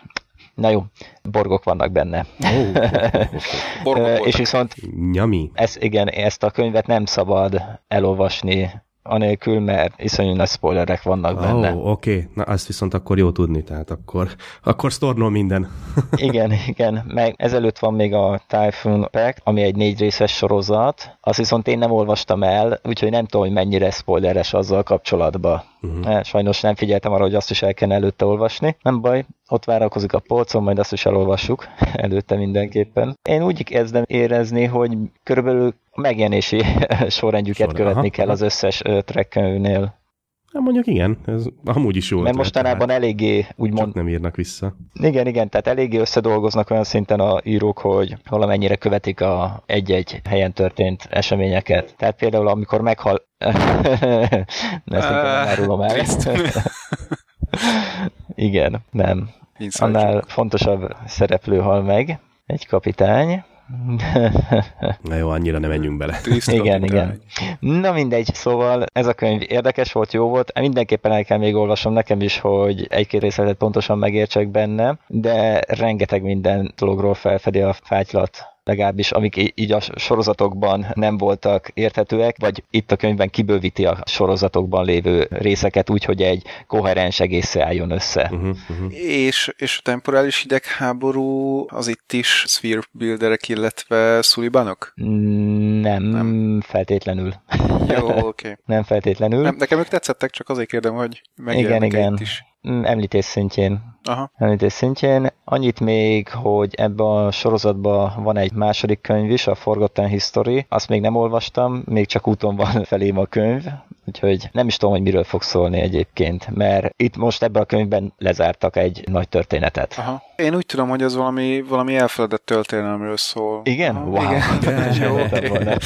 Na jó, borgok vannak benne. Oh, borgok és viszont Nyami. Ez, igen, ezt a könyvet nem szabad elolvasni anélkül, mert iszonyú nagy spoilerek vannak oh, benne. Ó, oké. Okay. Na, azt viszont akkor jó tudni, tehát akkor, akkor sztornol minden. igen, igen. Meg ezelőtt van még a Typhoon Pact, ami egy négy részes sorozat. Azt viszont én nem olvastam el, úgyhogy nem tudom, hogy mennyire spoileres azzal kapcsolatban. Uh-huh. Sajnos nem figyeltem arra, hogy azt is el kell előtte olvasni. Nem baj, ott várakozik a polcon, majd azt is elolvassuk előtte mindenképpen. Én úgy kezdem érezni, hogy körülbelül a megjelenési sorrendjüket Sor, követni aha, kell aha. az összes uh, Trek könyvnél. Hát mondjuk igen, ez amúgy is jó. Mert mostanában tehát eléggé úgymond... Csak nem írnak vissza. Igen, igen, tehát eléggé összedolgoznak olyan szinten a írók, hogy valamennyire követik a egy-egy helyen történt eseményeket. Tehát például amikor meghal... Ezt inkább nem árulom el. Igen, nem. Annál fontosabb szereplő hal meg, egy kapitány. Na jó, annyira nem menjünk bele. Igen, igen. Na mindegy, szóval ez a könyv érdekes volt, jó volt. Mindenképpen el kell még olvasom nekem is, hogy egy-két részletet pontosan megértsek benne, de rengeteg minden dologról felfedi a fátylat, legalábbis amik így a sorozatokban nem voltak érthetőek, vagy itt a könyvben kibővíti a sorozatokban lévő részeket úgy, hogy egy koherens egészre álljon össze. Uh-huh, uh-huh. És, és a temporális hidegháború az itt is Sphere Builderek, illetve Sullivanok? Nem, nem. feltétlenül. Jó, oké. Okay. Nem feltétlenül. Nem, nekem ők tetszettek, csak azért kérdem, hogy megjelennek igen, itt is. Említés szintjén. Aha. Említés szintjén. Annyit még, hogy ebben a sorozatban van egy második könyv is, a Forgotten History. Azt még nem olvastam, még csak úton van felém a könyv, úgyhogy nem is tudom, hogy miről fog szólni egyébként, mert itt most ebben a könyvben lezártak egy nagy történetet. Aha. Én úgy tudom, hogy az valami, valami elfeledett történelemről szól. Igen? Aha, wow. Igen.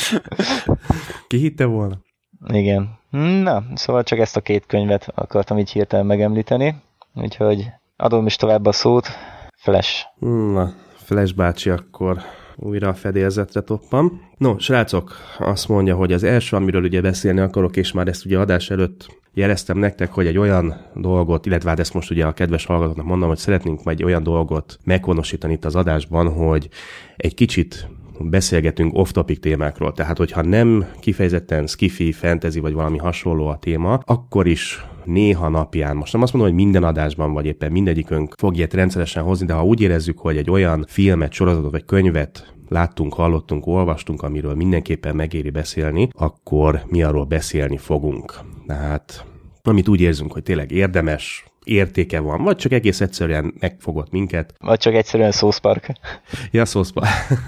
Ki hitte volna? Igen. Na, szóval csak ezt a két könyvet akartam így hirtelen megemlíteni, úgyhogy adom is tovább a szót. Flash. Na, Flash bácsi akkor újra a fedélzetre toppam. No, srácok, azt mondja, hogy az első, amiről ugye beszélni akarok, és már ezt ugye adás előtt jeleztem nektek, hogy egy olyan dolgot, illetve hát ezt most ugye a kedves hallgatóknak mondom, hogy szeretnénk majd egy olyan dolgot meghonosítani itt az adásban, hogy egy kicsit beszélgetünk off-topic témákról, tehát hogyha nem kifejezetten sci-fi, fantasy vagy valami hasonló a téma, akkor is néha napján, most nem azt mondom, hogy minden adásban vagy éppen mindegyikünk fog ilyet rendszeresen hozni, de ha úgy érezzük, hogy egy olyan filmet, sorozatot vagy könyvet láttunk, hallottunk, olvastunk, amiről mindenképpen megéri beszélni, akkor mi arról beszélni fogunk. Tehát amit úgy érzünk, hogy tényleg érdemes, értéke van, vagy csak egész egyszerűen megfogott minket. Vagy csak egyszerűen szószpark. Ja, szószpark.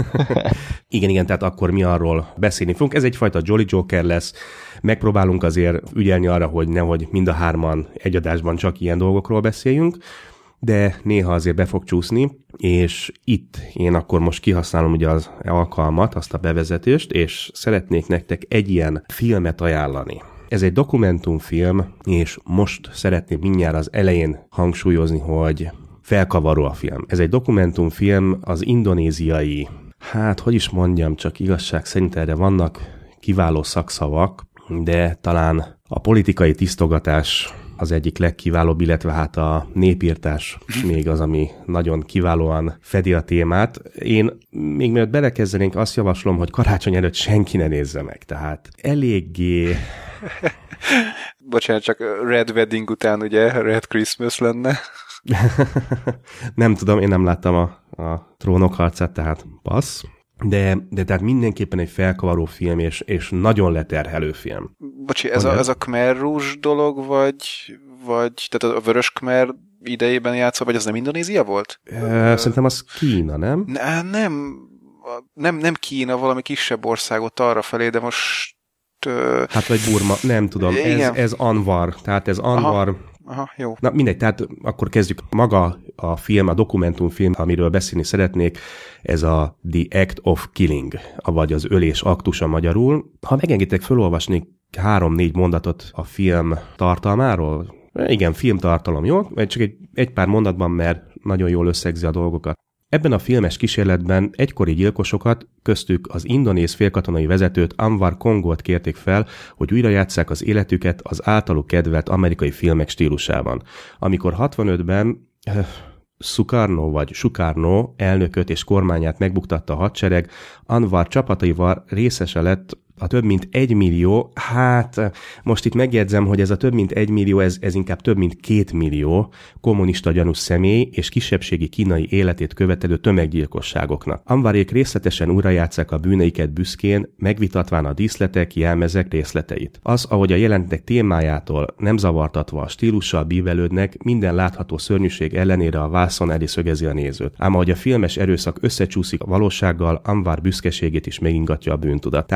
igen, igen, tehát akkor mi arról beszélni fogunk. Ez egyfajta Jolly Joker lesz. Megpróbálunk azért ügyelni arra, hogy nehogy mind a hárman egy adásban csak ilyen dolgokról beszéljünk, de néha azért be fog csúszni, és itt én akkor most kihasználom ugye az alkalmat, azt a bevezetést, és szeretnék nektek egy ilyen filmet ajánlani. Ez egy dokumentumfilm, és most szeretném mindjárt az elején hangsúlyozni, hogy felkavaró a film. Ez egy dokumentumfilm az indonéziai, hát hogy is mondjam, csak igazság szerint erre vannak kiváló szakszavak, de talán a politikai tisztogatás az egyik legkiválóbb, illetve hát a népírtás még az, ami nagyon kiválóan fedi a témát. Én még mielőtt belekezdenénk, azt javaslom, hogy karácsony előtt senki ne nézze meg, tehát eléggé... Bocsánat, csak Red Wedding után ugye Red Christmas lenne. Nem tudom, én nem láttam a, a Trónok harcát, tehát passz. De, de tehát mindenképpen egy felkavaró film, és, és nagyon leterhelő film. Bocsi, ez a, ez a Khmer Rouge dolog, vagy, vagy tehát a Vörös Khmer idejében játszol, vagy az nem Indonézia volt? E, szerintem az Kína, nem? Ne, nem, nem, nem Kína, valami kisebb országot arra felé, de most... Uh... Hát vagy Burma, nem tudom, ez, ez Anwar, tehát ez Anwar... Aha. Aha, jó. Na mindegy, tehát akkor kezdjük. Maga a film, a dokumentumfilm, amiről beszélni szeretnék, ez a The Act of Killing, vagy az ölés aktusa magyarul. Ha megengedtek, felolvasnék három-négy mondatot a film tartalmáról. Igen, filmtartalom, jó? Csak egy, egy pár mondatban, mert nagyon jól összegzi a dolgokat. Ebben a filmes kísérletben egykori gyilkosokat, köztük az indonéz félkatonai vezetőt Anwar Kongolt kérték fel, hogy újra játsszák az életüket az általuk kedvelt amerikai filmek stílusában. Amikor hatvanötben uh, Sukarno vagy Sukarno elnököt és kormányát megbuktatta a hadsereg, Anwar csapataival részese lett a több mint egy millió, hát most itt megjegyzem, hogy ez a több mint egy millió, ez, ez inkább több mint két millió kommunista gyanús személy és kisebbségi kínai életét követelő tömeggyilkosságoknak. Anwarék részletesen újrajátsszák a bűneiket büszkén, megvitatván a díszletek, jelmezek részleteit. Az, ahogy a jelentek témájától nem zavartatva a stílussal bívelődnek, minden látható szörnyűség ellenére a vászon elé szögezi a nézőt. Ám ahogy a filmes erőszak összecsúszik a valósággal, Anwar büszkeségét is megingatja a bűntudat. Tehát itt arról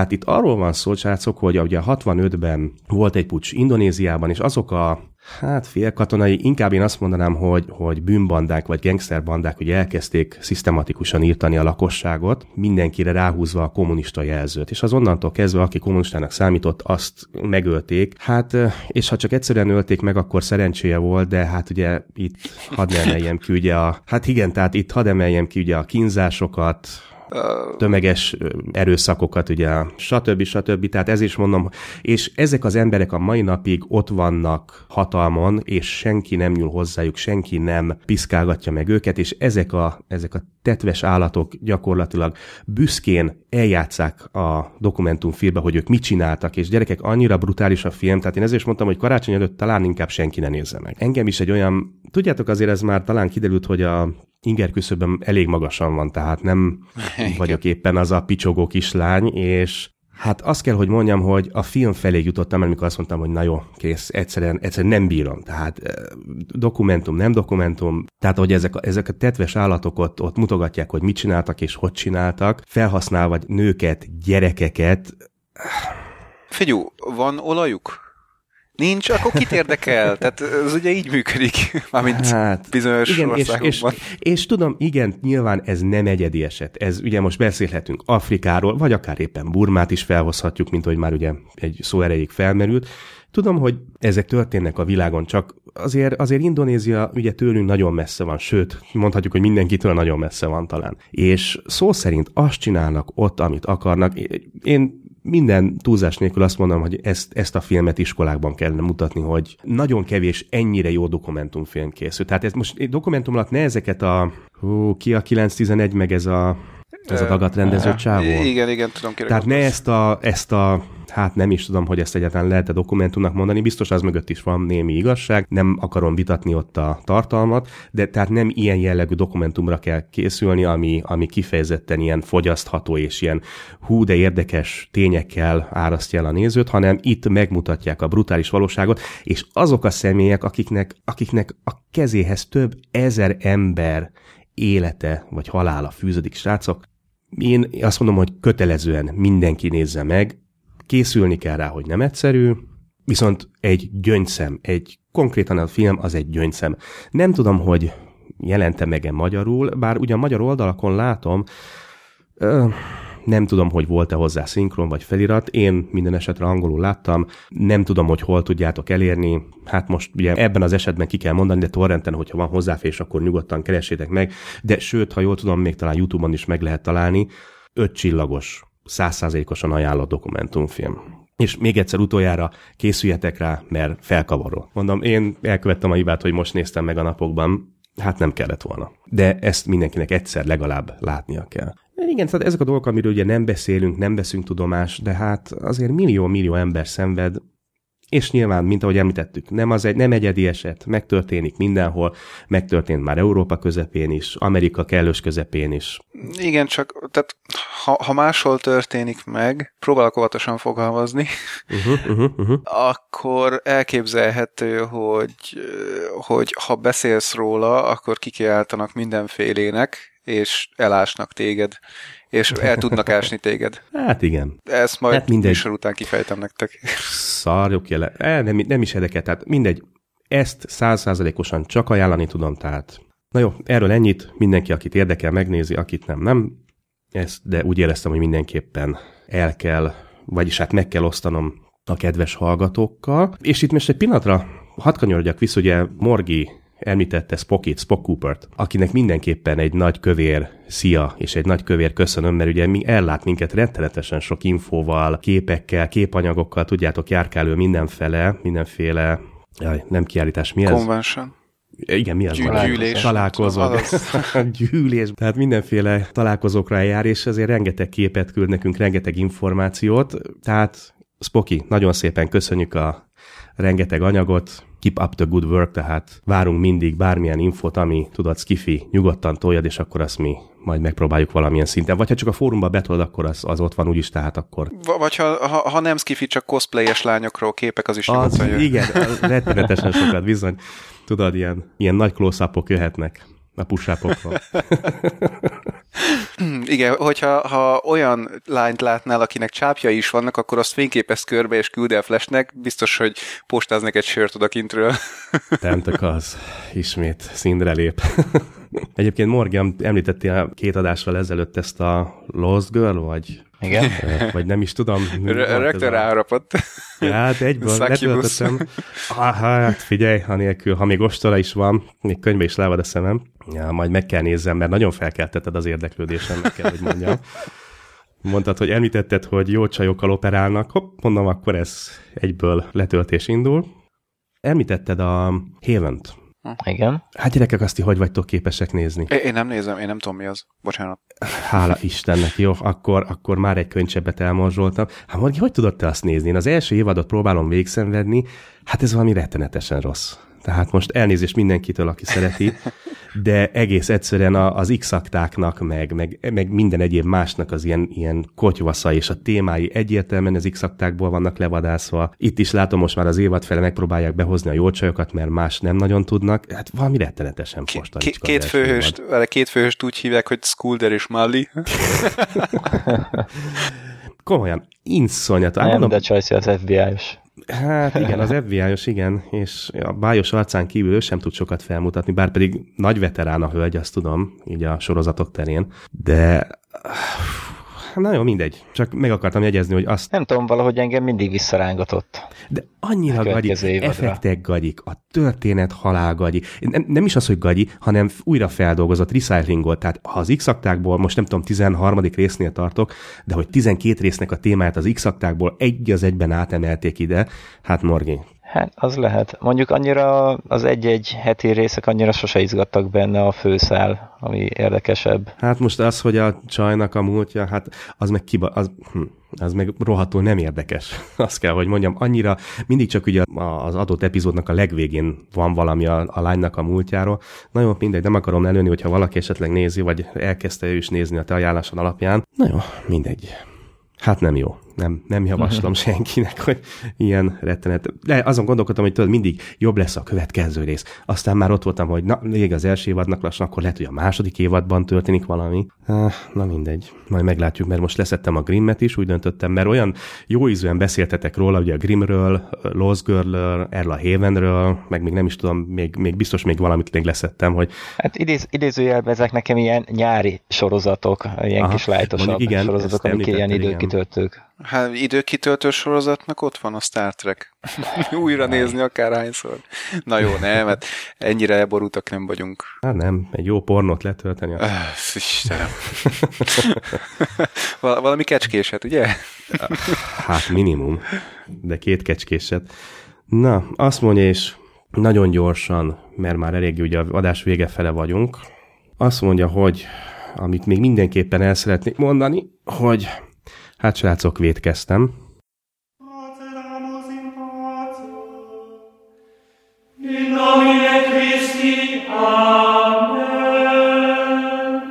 arról van szó, srácok, hogy ugye hatvanötben volt egy puccs Indonéziában, és azok a hát félkatonai, inkább én azt mondanám, hogy, hogy bűnbandák vagy gangsterbandák, hogy elkezdték szisztematikusan írtani a lakosságot, mindenkire ráhúzva a kommunista jelzőt. És az onnantól kezdve, aki kommunistának számított, azt megölték. Hát, és ha csak egyszerűen ölték meg, akkor szerencséje volt, de hát ugye itt hadd emeljem ki ugye a, hát igen, tehát itt hadd emeljem ki ugye a kínzásokat, tömeges erőszakokat, ugye, stb. stb. Tehát ez is mondom, és ezek az emberek a mai napig ott vannak hatalmon, és senki nem nyúl hozzájuk, senki nem piszkálgatja meg őket, és ezek a, ezek a tetves állatok gyakorlatilag büszkén eljátszák a dokumentumfilmbe, hogy ők mit csináltak, és gyerekek, annyira brutális a film, tehát én ezért is mondtam, hogy karácsony előtt talán inkább senki ne nézze meg. Engem is egy olyan, tudjátok, azért ez már talán kiderült, hogy a inger küszöböm elég magasan van, tehát nem vagyok éppen az a picsogó kislány, és hát azt kell, hogy mondjam, hogy a film felé jutottam, amikor azt mondtam, hogy na jó, kész, egyszerűen, egyszerűen nem bírom. Tehát dokumentum, nem dokumentum, tehát hogy ezek, ezek a tetves állatok ott, ott mutogatják, hogy mit csináltak és hogy csináltak, felhasználva nőket, gyerekeket. Figyú, van olajuk? Nincs, akkor kit érdekel? Tehát ez ugye így működik, mármint hát, bizonyos igen, országokban. És, és, és tudom, igen, nyilván ez nem egyedi eset. Ez ugye most beszélhetünk Afrikáról, vagy akár éppen Burmát is felhozhatjuk, mint hogy már ugye egy szó erejéig felmerült. Tudom, hogy ezek történnek a világon, csak azért, azért Indonézia ugye tőlünk nagyon messze van, sőt, mondhatjuk, hogy mindenkitől nagyon messze van talán. És szó szerint azt csinálnak ott, amit akarnak. Én minden túlzás nélkül azt mondom, hogy ezt, ezt a filmet iskolákban kellene mutatni, hogy nagyon kevés ennyire jó dokumentumfilm készül. Tehát ez most egy dokumentum alatt ne ezeket a... Hú, ki a kilenc tizenegy, meg ez a... Ez a dagatrendező csávó? Igen, igen, tudom kire. Tehát ne ezt a, ezt a, hát nem is tudom, hogy ezt egyáltalán lehet-e dokumentumnak mondani, biztos az mögött is van némi igazság, nem akarom vitatni ott a tartalmat, de tehát nem ilyen jellegű dokumentumra kell készülni, ami, ami kifejezetten ilyen fogyasztható és ilyen hú, de érdekes tényekkel árasztja el a nézőt, hanem itt megmutatják a brutális valóságot, és azok a személyek, akiknek, akiknek a kezéhez több ezer ember élete vagy halála fűződik, srácok. Én azt mondom, hogy kötelezően mindenki nézze meg, készülni kell rá, hogy nem egyszerű, viszont egy gyöngyszem, egy konkrétan a film az egy gyöngyszem. Nem tudom, hogy jelente meg-e magyarul, bár ugyan magyar oldalakon látom, ö, nem tudom, hogy volt-e hozzá szinkron vagy felirat, én minden esetre angolul láttam, nem tudom, hogy hol tudjátok elérni, hát most ugye ebben az esetben ki kell mondani, de torrenten, hogyha van hozzáférés, akkor nyugodtan keressétek meg, de sőt, ha jól tudom, még talán YouTube-on is meg lehet találni, öt csillagos, száz százalékosan ajánlott dokumentumfilm. És még egyszer utoljára készüljetek rá, mert felkavaró. Mondom, én elkövettem a hibát, hogy most néztem meg a napokban, hát nem kellett volna. De ezt mindenkinek egyszer legalább látnia kell. Igen, tehát ezek a dolgok, amiről ugye nem beszélünk, nem veszünk tudomást, de hát azért millió-millió ember szenved, és nyilván, mint ahogy említettük, nem, az egy, nem egyedi eset, megtörténik mindenhol, megtörtént már Európa közepén is, Amerika kellős közepén is. Igen, csak tehát, ha, ha máshol történik meg, próbálok óvatosan fogalmazni, uh-huh, uh-huh, uh-huh. akkor elképzelhető, hogy, hogy ha beszélsz róla, akkor kikiáltanak mindenfélének, és elásnak téged, és el tudnak ásni téged. Hát igen. Ezt majd hát műsor után kifejtem nektek. Szarjuk jele. El, nem, nem is érdekel, tehát mindegy. Ezt száz százalékosan csak ajánlani tudom, tehát. Na jó, erről ennyit. Mindenki, akit érdekel, megnézi, akit nem, nem. Ezt, de úgy éreztem, hogy mindenképpen el kell, vagyis hát meg kell osztanom a kedves hallgatókkal. És itt most egy pillanatra hadd kanyarodjak vissza, ugye Morgi említette Spockit, Spock Coopert, akinek mindenképpen egy nagy kövér szia, és egy nagy kövér köszönöm, mert ugye mi ellát minket rettenetesen sok infóval, képekkel, képanyagokkal, tudjátok, járkál ő mindenfele, mindenféle, jaj, nem kiállítás, mi ez? Convention. Igen, mi az? Gyű- gyűlés. Találkozók. Gyűlés. Tehát mindenféle találkozókra jár, és ezért rengeteg képet küld nekünk, rengeteg információt. Tehát Spocky, nagyon szépen köszönjük a rengeteg anyagot, keep up the good work, tehát várunk mindig bármilyen infót, ami tudod, skifi, nyugodtan toljad, és akkor azt mi majd megpróbáljuk valamilyen szinten. Vagy ha csak a fórumba betolod, akkor az, az ott van úgyis, tehát akkor... Vagy ha, ha, ha nem skifi, csak cosplayes lányokról képek, az is nyugodtan jön. Igen, rettenetesen sokat bizony. Tudod, ilyen, ilyen nagy close-upok jöhetnek a push-upokról. Igen, hogyha ha olyan lányt látnál, akinek csápjai is vannak, akkor azt fényképezd körbe és küld el Flashnek, biztos, hogy postáznak egy sört odakintről. Tentek az. Ismét színre lép. Egyébként Morgan, említettél két adással ezelőtt ezt a Lost Girl, vagy... Igen. Vagy nem is tudom. Rögtön ráharapott. Ja, hát egyből letöltöttem. Ah, hát figyelj, anélkül, ha még ostora is van, még könyvbe is lávad a szemem. Ja, majd meg kell nézzem, mert nagyon felkeltetted az érdeklődésem, meg kell, hogy mondjam. Mondtad, hogy említetted, hogy jó csajokkal operálnak. Hopp, mondom, akkor ez egyből letöltés indul. Említetted a Havent. Igen. Hát gyerekek, azt, hogy vagytok képesek nézni? Én nem nézem, én nem tudom, mi az. Bocsánat. Hála Istennek, jó, akkor, akkor már egy könycsebbet elmorzsoltam. Hát Morgi, hogy tudod te azt nézni? Én az első évadot próbálom végszenvedni, hát ez valami rettenetesen rossz. Tehát most elnézést mindenkitől, aki szereti, de egész egyszerűen az X-aktáknak, meg, meg, meg minden egyéb másnak az ilyen, ilyen kotyvasza, és a témái egyértelműen az X-aktákból vannak levadászva. Itt is látom, most már az évad fele megpróbálják behozni a jó csajokat, mert más nem nagyon tudnak. Hát valami rettenetesen fostalicska. Két, két, főhőst, két főhőst úgy hívják, hogy Skulder és Mully. Komolyan, inszonyat. Nem, mondom, de Csajci az ef bé i-os. Hát igen, az ef bé i-os, igen, és a bájos arcán kívül ő sem tud sokat felmutatni, bár pedig nagy veterán a hölgy, azt tudom, így a sorozatok terén, de na jó, mindegy. Csak meg akartam jegyezni, hogy azt... Nem tudom, valahogy engem mindig visszarángatott. De annyira gagyi, effektek gagyik, a történet halál gagyi. Nem, nem is az, hogy gagyi, hanem újra feldolgozott, recyclingolt. Tehát ha az X-aktákból, most nem tudom, tizenharmadik résznél tartok, de hogy tizenkét résznek a témáját az X-aktákból egy az egyben átemelték ide, hát Morgi. Hát az lehet. Mondjuk annyira az egy-egy heti részek annyira sose izgattak benne a főszál, ami érdekesebb. Hát most az, hogy a csajnak a múltja, hát az meg kiba, az, hm, az meg rohadtul nem érdekes. Azt kell, hogy mondjam, annyira mindig csak ugye az adott epizódnak a legvégén van valami a, a lánynak a múltjáról. Na jó, mindegy, nem akarom előni, hogyha valaki esetleg nézi, vagy elkezdte ő is nézni a te ajánlásod alapján. Na jó, mindegy. Hát nem jó. Nem, nem javaslom senkinek, hogy ilyen rettenet. De azon gondolkodtam, hogy tudod, mindig jobb lesz a következő rész. Aztán már ott voltam, hogy na, még az első évadnak lassan, akkor lehet, hogy a második évadban történik valami. Na mindegy. Majd meglátjuk, mert most leszettem a Grimmet is, úgy döntöttem, mert olyan jó ízűen beszéltetek róla, ugye a Grimmről, Lost Girl-ről, Erla Havenről, meg még nem is tudom, még, még biztos még valamit még leszettem, hogy... Hát idéz, idézőjelben ezek nekem ilyen nyári sorozatok, ilyen Aha, kis lájtosabb igen, sorozatok, amik ilyen időkitöltők. Hát időkitöltő sorozatnak ott van a Star Trek. Újra nézni akárhányszor. Na jó, nem, hát ennyire elborultak nem vagyunk. Hát nem, egy jó pornót letölteni. Öh, Istenem. Val- valami kecskéset, ugye? Hát minimum, de két kecskéset. Na, azt mondja, és nagyon gyorsan, mert már elég ugye a adás vége fele vagyunk, azt mondja, hogy amit még mindenképpen el szeretnék mondani, hogy hát srácok, vétkeztem. In nomine Christi, Amen.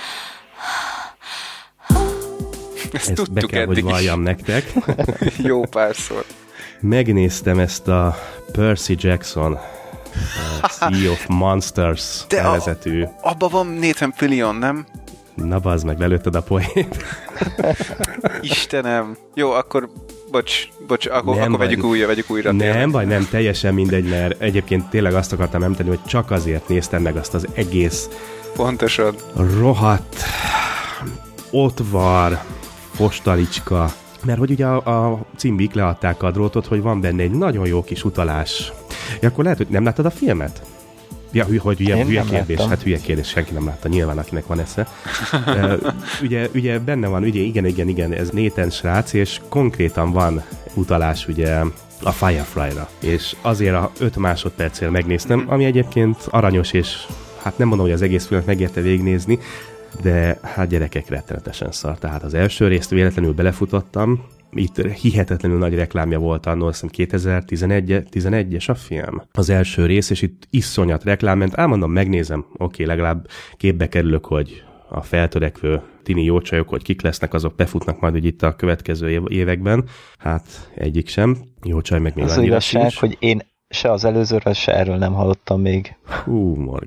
Ezt, ezt tudtuk be kell, hogy valljam nektek. Jó párszor. Megnéztem ezt a Percy Jackson Sea of Monsters nevezetű. Abba van Nathan Fillion, nem? Na bazd meg, lelőtted a poént. Istenem. Jó, akkor bocs, bocs, akkor, akkor vegyük újra, vegyük újra. Nem tényleg. baj, nem, teljesen mindegy, mert egyébként tényleg azt akartam említeni, hogy csak azért néztem meg azt az egész pontosan rohadt otvar fostalicska, mert hogy ugye a, a címbik leadták a drótot, hogy van benne egy nagyon jó kis utalás. Ja, akkor lehet, hogy nem láttad a filmet? Ja, hű, hogy hülye, hülye kérdés, láttam. Hát hülye kérdés, senki nem látta, nyilván akinek van esze. uh, ugye, ugye benne van, ugye igen, igen, igen, ez Nathan srác, és konkrétan van utalás ugye a Firefly-ra. És azért a öt másodperccel megnéztem, ami egyébként aranyos, és hát nem mondom, hogy az egész filmet megérte végignézni, de hát gyerekek rettenetesen szar. Tehát az első részt véletlenül belefutottam, itt hihetetlenül nagy reklámja volt annól, azt hiszem kétezer-tizenegy-es a film. Az első rész, és itt iszonyat reklám ment. Elmondom, megnézem, oké, legalább képbe kerülök, hogy a feltörekvő tini jócsajok, hogy kik lesznek, azok befutnak majd hogy itt a következő években. Hát egyik sem. Jócsaj meg még az igazság, hogy én se az előzőről, se erről nem hallottam még. Hú, Morgi.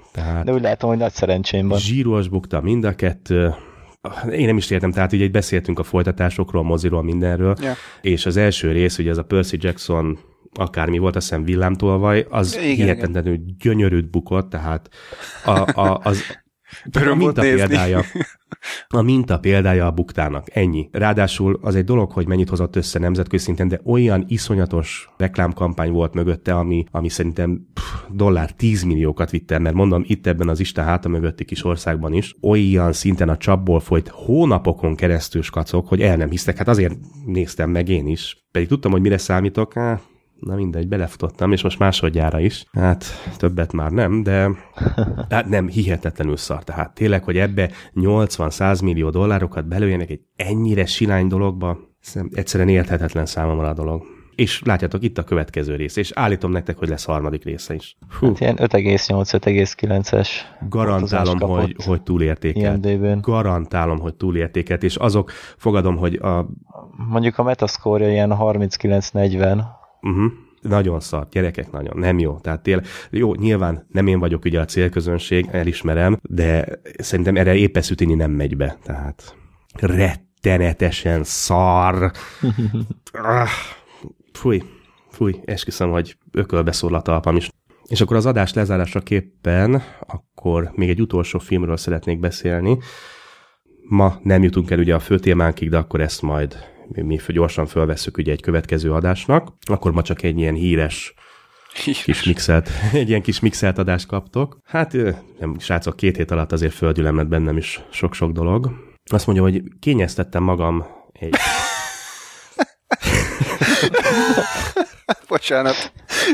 Tehát de úgy látom, hogy nagy szerencsém van. Zsíros bukta mind a kettő. Én nem is értem, tehát ugye beszéltünk a folytatásokról, a moziról, mindenről, yeah. és az első rész, ugye ez a Percy Jackson akármi volt, azt hiszem villámtolvaj, az igen, hihetetlenül igen. gyönyörűt bukott, tehát a, a, az a minta példája, a minta példája a buktának. Ennyi. Ráadásul az egy dolog, hogy mennyit hozott össze nemzetközi szinten, de olyan iszonyatos reklámkampány volt mögötte, ami, ami szerintem pff, dollár tíz milliókat vitt el, mert mondom, itt ebben az Isten háta mögötti kis országban is olyan szinten a csapból folyt hónapokon keresztül skacok, hogy el nem hisztek. Hát azért néztem meg én is. Pedig tudtam, hogy mire számítok, hát, na mindegy, belefutottam, és most másodjára is. Hát többet már nem, de hát nem, hihetetlenül szar. Tehát tényleg, hogy ebbe nyolcvan-száz millió dollárokat belőjenek egy ennyire silány dologba, egyszerűen érthetetlen számomra a dolog. És látjátok, itt a következő rész, és állítom nektek, hogy lesz harmadik része is. Hú. Hát ilyen öt egész nyolc öt egész kilences. Garantálom, hogy, hogy túlértékelt. I M D B-n. Garantálom, hogy túlértékelt, és azok, fogadom, hogy a... Mondjuk a metascore-ja ilyen harminckilenc negyven. Uh-huh. Nagyon szar, gyerekek, nagyon, nem jó. Tehát tényleg, jó, nyilván nem én vagyok ugye a célközönség, elismerem, de szerintem erre épeszütini nem megy be. Tehát rettenetesen szar. ah, fúj, fúj, esküszöm, hogy ökölbe szórl a talpam is. És akkor az adás lezárásaképpen akkor még egy utolsó filmről szeretnék beszélni. Ma nem jutunk el ugye a fő témánkig, de akkor ezt majd mi gyorsan fölvesszük ugye egy következő adásnak, akkor ma csak egy ilyen híres, híres. kis mixelt, egy ilyen kis mixelt adást kaptok. Hát, nem, srácok, két hét alatt azért földgyűlöm lett bennem is sok-sok dolog. Azt mondja, hogy kényeztettem magam egy... Bocsánat.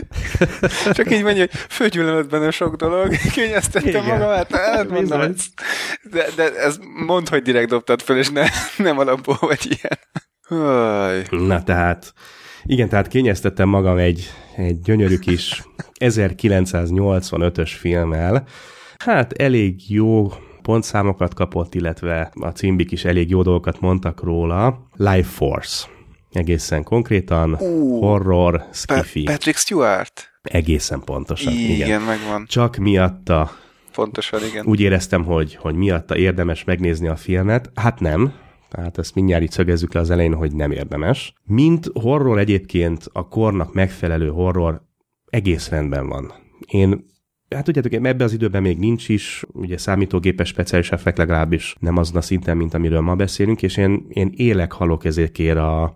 Csak így mondja, hogy földgyűlöm benne sok dolog, kényeztettem magam, hát, hát mondom, ez, de, de ez mondd, hogy direkt dobtad föl, és ne, nem alapból vagy ilyen. Haj. Na tehát, igen, tehát kényeztettem magam egy, egy gyönyörű kis ezerkilencszáznyolcvanötös filmmel. Hát elég jó pontszámokat kapott, illetve a címbik is elég jó dolgokat mondtak róla. Life Force. Egészen konkrétan, uh, horror, skifi. Pa- Patrick Stewart? Egészen pontosan, igen. Igen, megvan. Csak miatta... Pontosan, igen. Úgy éreztem, hogy, hogy miatta érdemes megnézni a filmet. Hát nem. Tehát ezt mindjárt így szögezzük le az elején, hogy nem érdemes. Mint horror egyébként a kornak megfelelő horror egész rendben van. Én, hát tudjátok, ebben az időben még nincs is, ugye számítógépes speciális effekt legalábbis nem azon a szinten, mint amiről ma beszélünk, és én, én élek halok ezekért a...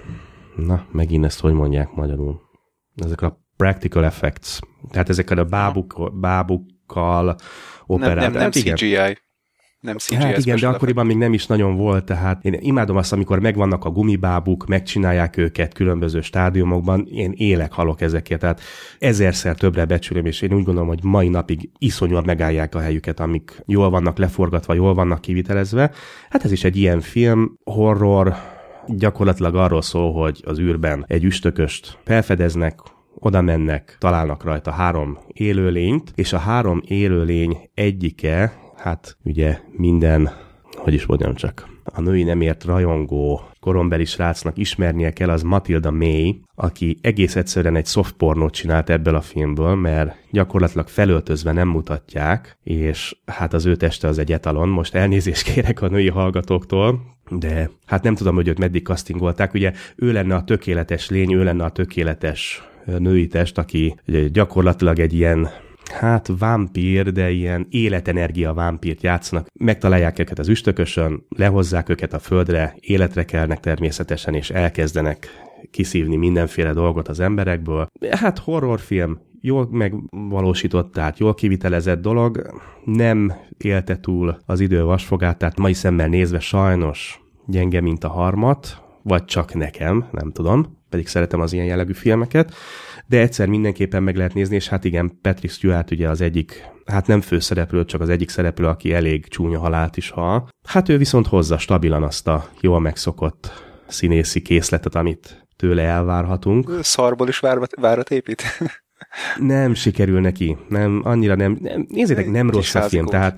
Na, megint ezt hogy mondják magyarul? Ezek a practical effects. Tehát ezekkel a bábuk, bábukkal operált. Nem, nem, nem C G I. Nem C G I. Hát igen, de akkoriban még nem is nagyon volt, tehát én imádom azt, amikor megvannak a gumibábuk, megcsinálják őket különböző stádiumokban, én élek halok ezekért, tehát ezerszer többre becsülöm, és én úgy gondolom, hogy mai napig iszonyúan megállják a helyüket, amik jól vannak leforgatva, jól vannak kivitelezve. Hát ez is egy ilyen film, horror, gyakorlatilag arról szól, hogy az űrben egy üstököst felfedeznek, oda mennek, találnak rajta három élőlényt, és a három élőlény egyike, hát ugye minden, hogy is mondjam csak, a női nemért rajongó korombeli srácnak ismernie kell, az Matilda May, aki egész egyszerűen egy soft pornót csinált ebből a filmből, mert gyakorlatilag felöltözve nem mutatják, és hát az ő teste az egy etalon. Most elnézést kérek a női hallgatóktól, de hát nem tudom, hogy őt meddig castingolták. Ugye ő lenne a tökéletes lény, ő lenne a tökéletes női test, aki gyakorlatilag egy ilyen, hát vámpír, de ilyen életenergia vámpírt játszanak. Megtalálják őket az üstökösön, lehozzák őket a földre, életre kelnek természetesen, és elkezdenek kiszívni mindenféle dolgot az emberekből. Hát horrorfilm, jól megvalósított, tehát jól kivitelezett dolog, nem élte túl az idő vasfogát, tehát mai szemmel nézve sajnos gyenge, mint a harmat, vagy csak nekem, nem tudom, pedig szeretem az ilyen jellegű filmeket, de egyszer mindenképpen meg lehet nézni, és hát igen, Patrick Stewart ugye az egyik, hát nem főszereplő, csak az egyik szereplő, aki elég csúnya halált is hal. Hát ő viszont hozza stabilan azt a jól megszokott színészi készletet, amit tőle elvárhatunk. Szarból is várat, várat épít? Nem sikerül neki, nem, annyira nem, nem nézzétek, nem rossz a film, tehát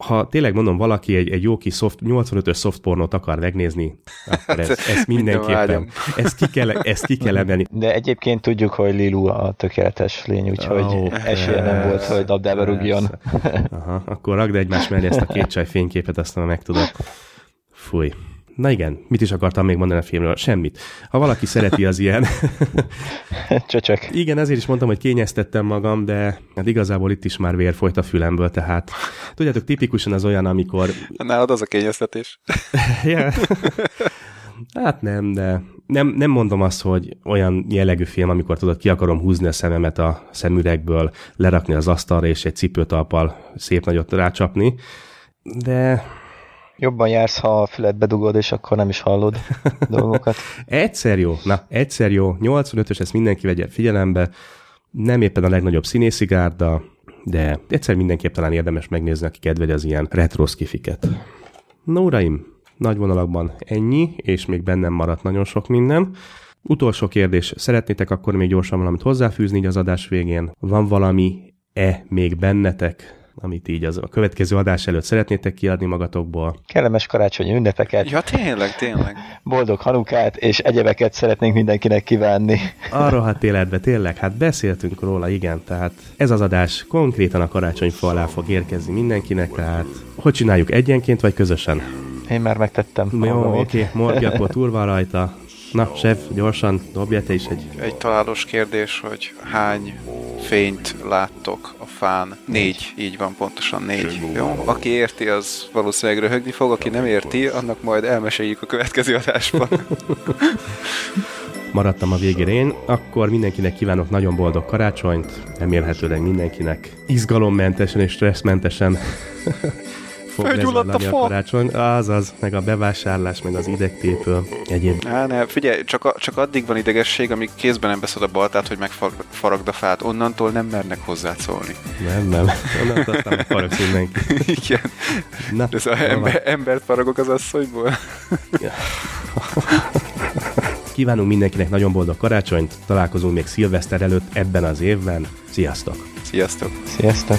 ha tényleg mondom, valaki egy, egy jó kis soft, nyolcvanötös softpornót akar megnézni, akkor ez, ez mindenképpen, ezt ki, kell, ezt ki kell emelni. De egyébként tudjuk, hogy Lilu a tökéletes lény, úgyhogy oh, esélye nem volt, hogy labdába rúgjon. Aha, akkor ragd egymás mellé ezt a két csaj fényképet, aztán megtudod. Fúj. Na igen, mit is akartam még mondani a filmről? Semmit. Ha valaki szereti az ilyen... Csöcsök. Igen, ezért is mondtam, hogy kényeztettem magam, de hát igazából itt is már vér folyt a fülemből, tehát tudjátok, tipikusan az olyan, amikor... Nálad az a kényeztetés. Ja. Hát nem, de nem, nem mondom azt, hogy olyan jellegű film, amikor tudod, ki akarom húzni a szememet a szemüvegből, lerakni az asztalra, és egy cipőtalppal szép nagyot rácsapni, de... Jobban jársz, ha a füledbe dugod, és akkor nem is hallod dolgokat. Egyszer jó, na, egyszer jó, nyolcvanötös, ezt mindenki vegye figyelembe, nem éppen a legnagyobb színészi gárda, de egyszer mindenképp talán érdemes megnézni, aki kedveli az ilyen retro skifiket. Na uraim, nagy vonalakban ennyi, és még bennem maradt nagyon sok minden. Utolsó kérdés, szeretnétek akkor még gyorsan valamit hozzáfűzni így az adás végén? Van valami-e még bennetek, amit így az a következő adás előtt szeretnétek kiadni magatokból? Kellemes karácsonyi ünnepeket. Ja, tényleg, tényleg. Boldog Hanukát és egyebeket szeretnénk mindenkinek kívánni. Arra hát életbe, tényleg, hát beszéltünk róla, igen, tehát ez az adás konkrétan a karácsonyfa alá fog érkezni mindenkinek, tehát hogy csináljuk, egyenként vagy közösen? Én már megtettem. Jó, oké, okay. Morgi akkor túl van rajta. Na, Sef, gyorsan, dobja te is egy... Egy találós kérdés, hogy hány fényt láttok a fán? Négy, így van, pontosan négy. Jó? Aki érti, az valószínűleg röhögni fog, aki nem érti, annak majd elmeséljük a következő adásban. Maradtam a végére én, akkor mindenkinek kívánok nagyon boldog karácsonyt, remélhetőleg mindenkinek izgalommentesen és stresszmentesen fog lezajlani a karácsony. Azaz, meg a bevásárlás, meg az idegtépő, egyéb. Á, ne, figyelj, csak, a, csak addig van idegesség, amíg kézben nem veszed a baltát, hogy megfaragd a fát. Onnantól nem mernek hozzád szólni. Nem, nem. Onnantól aztán megfaragsz mindenki. Igen. Na, ez az ember, embert faragok az asszonyból. Kívánunk mindenkinek nagyon boldog karácsonyt, találkozunk még szilveszter előtt ebben az évben. Sziasztok! Sziasztok! Sziasztok!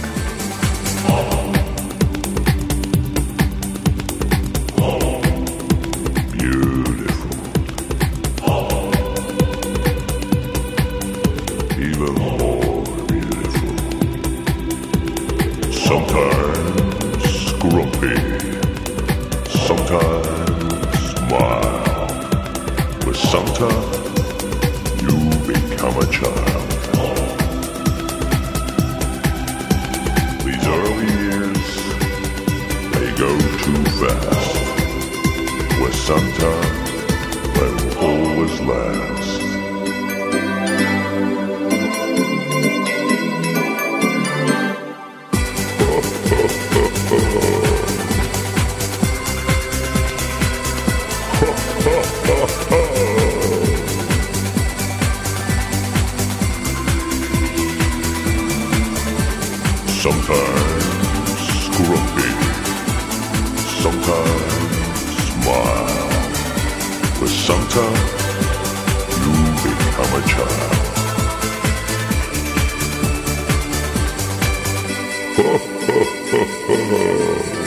Santa, you become a child. These early years, they go too fast. With Santa, they will always last. Sometimes grumpy, sometimes smile. With Santa, you become a child. Ho, ho, ho, ho.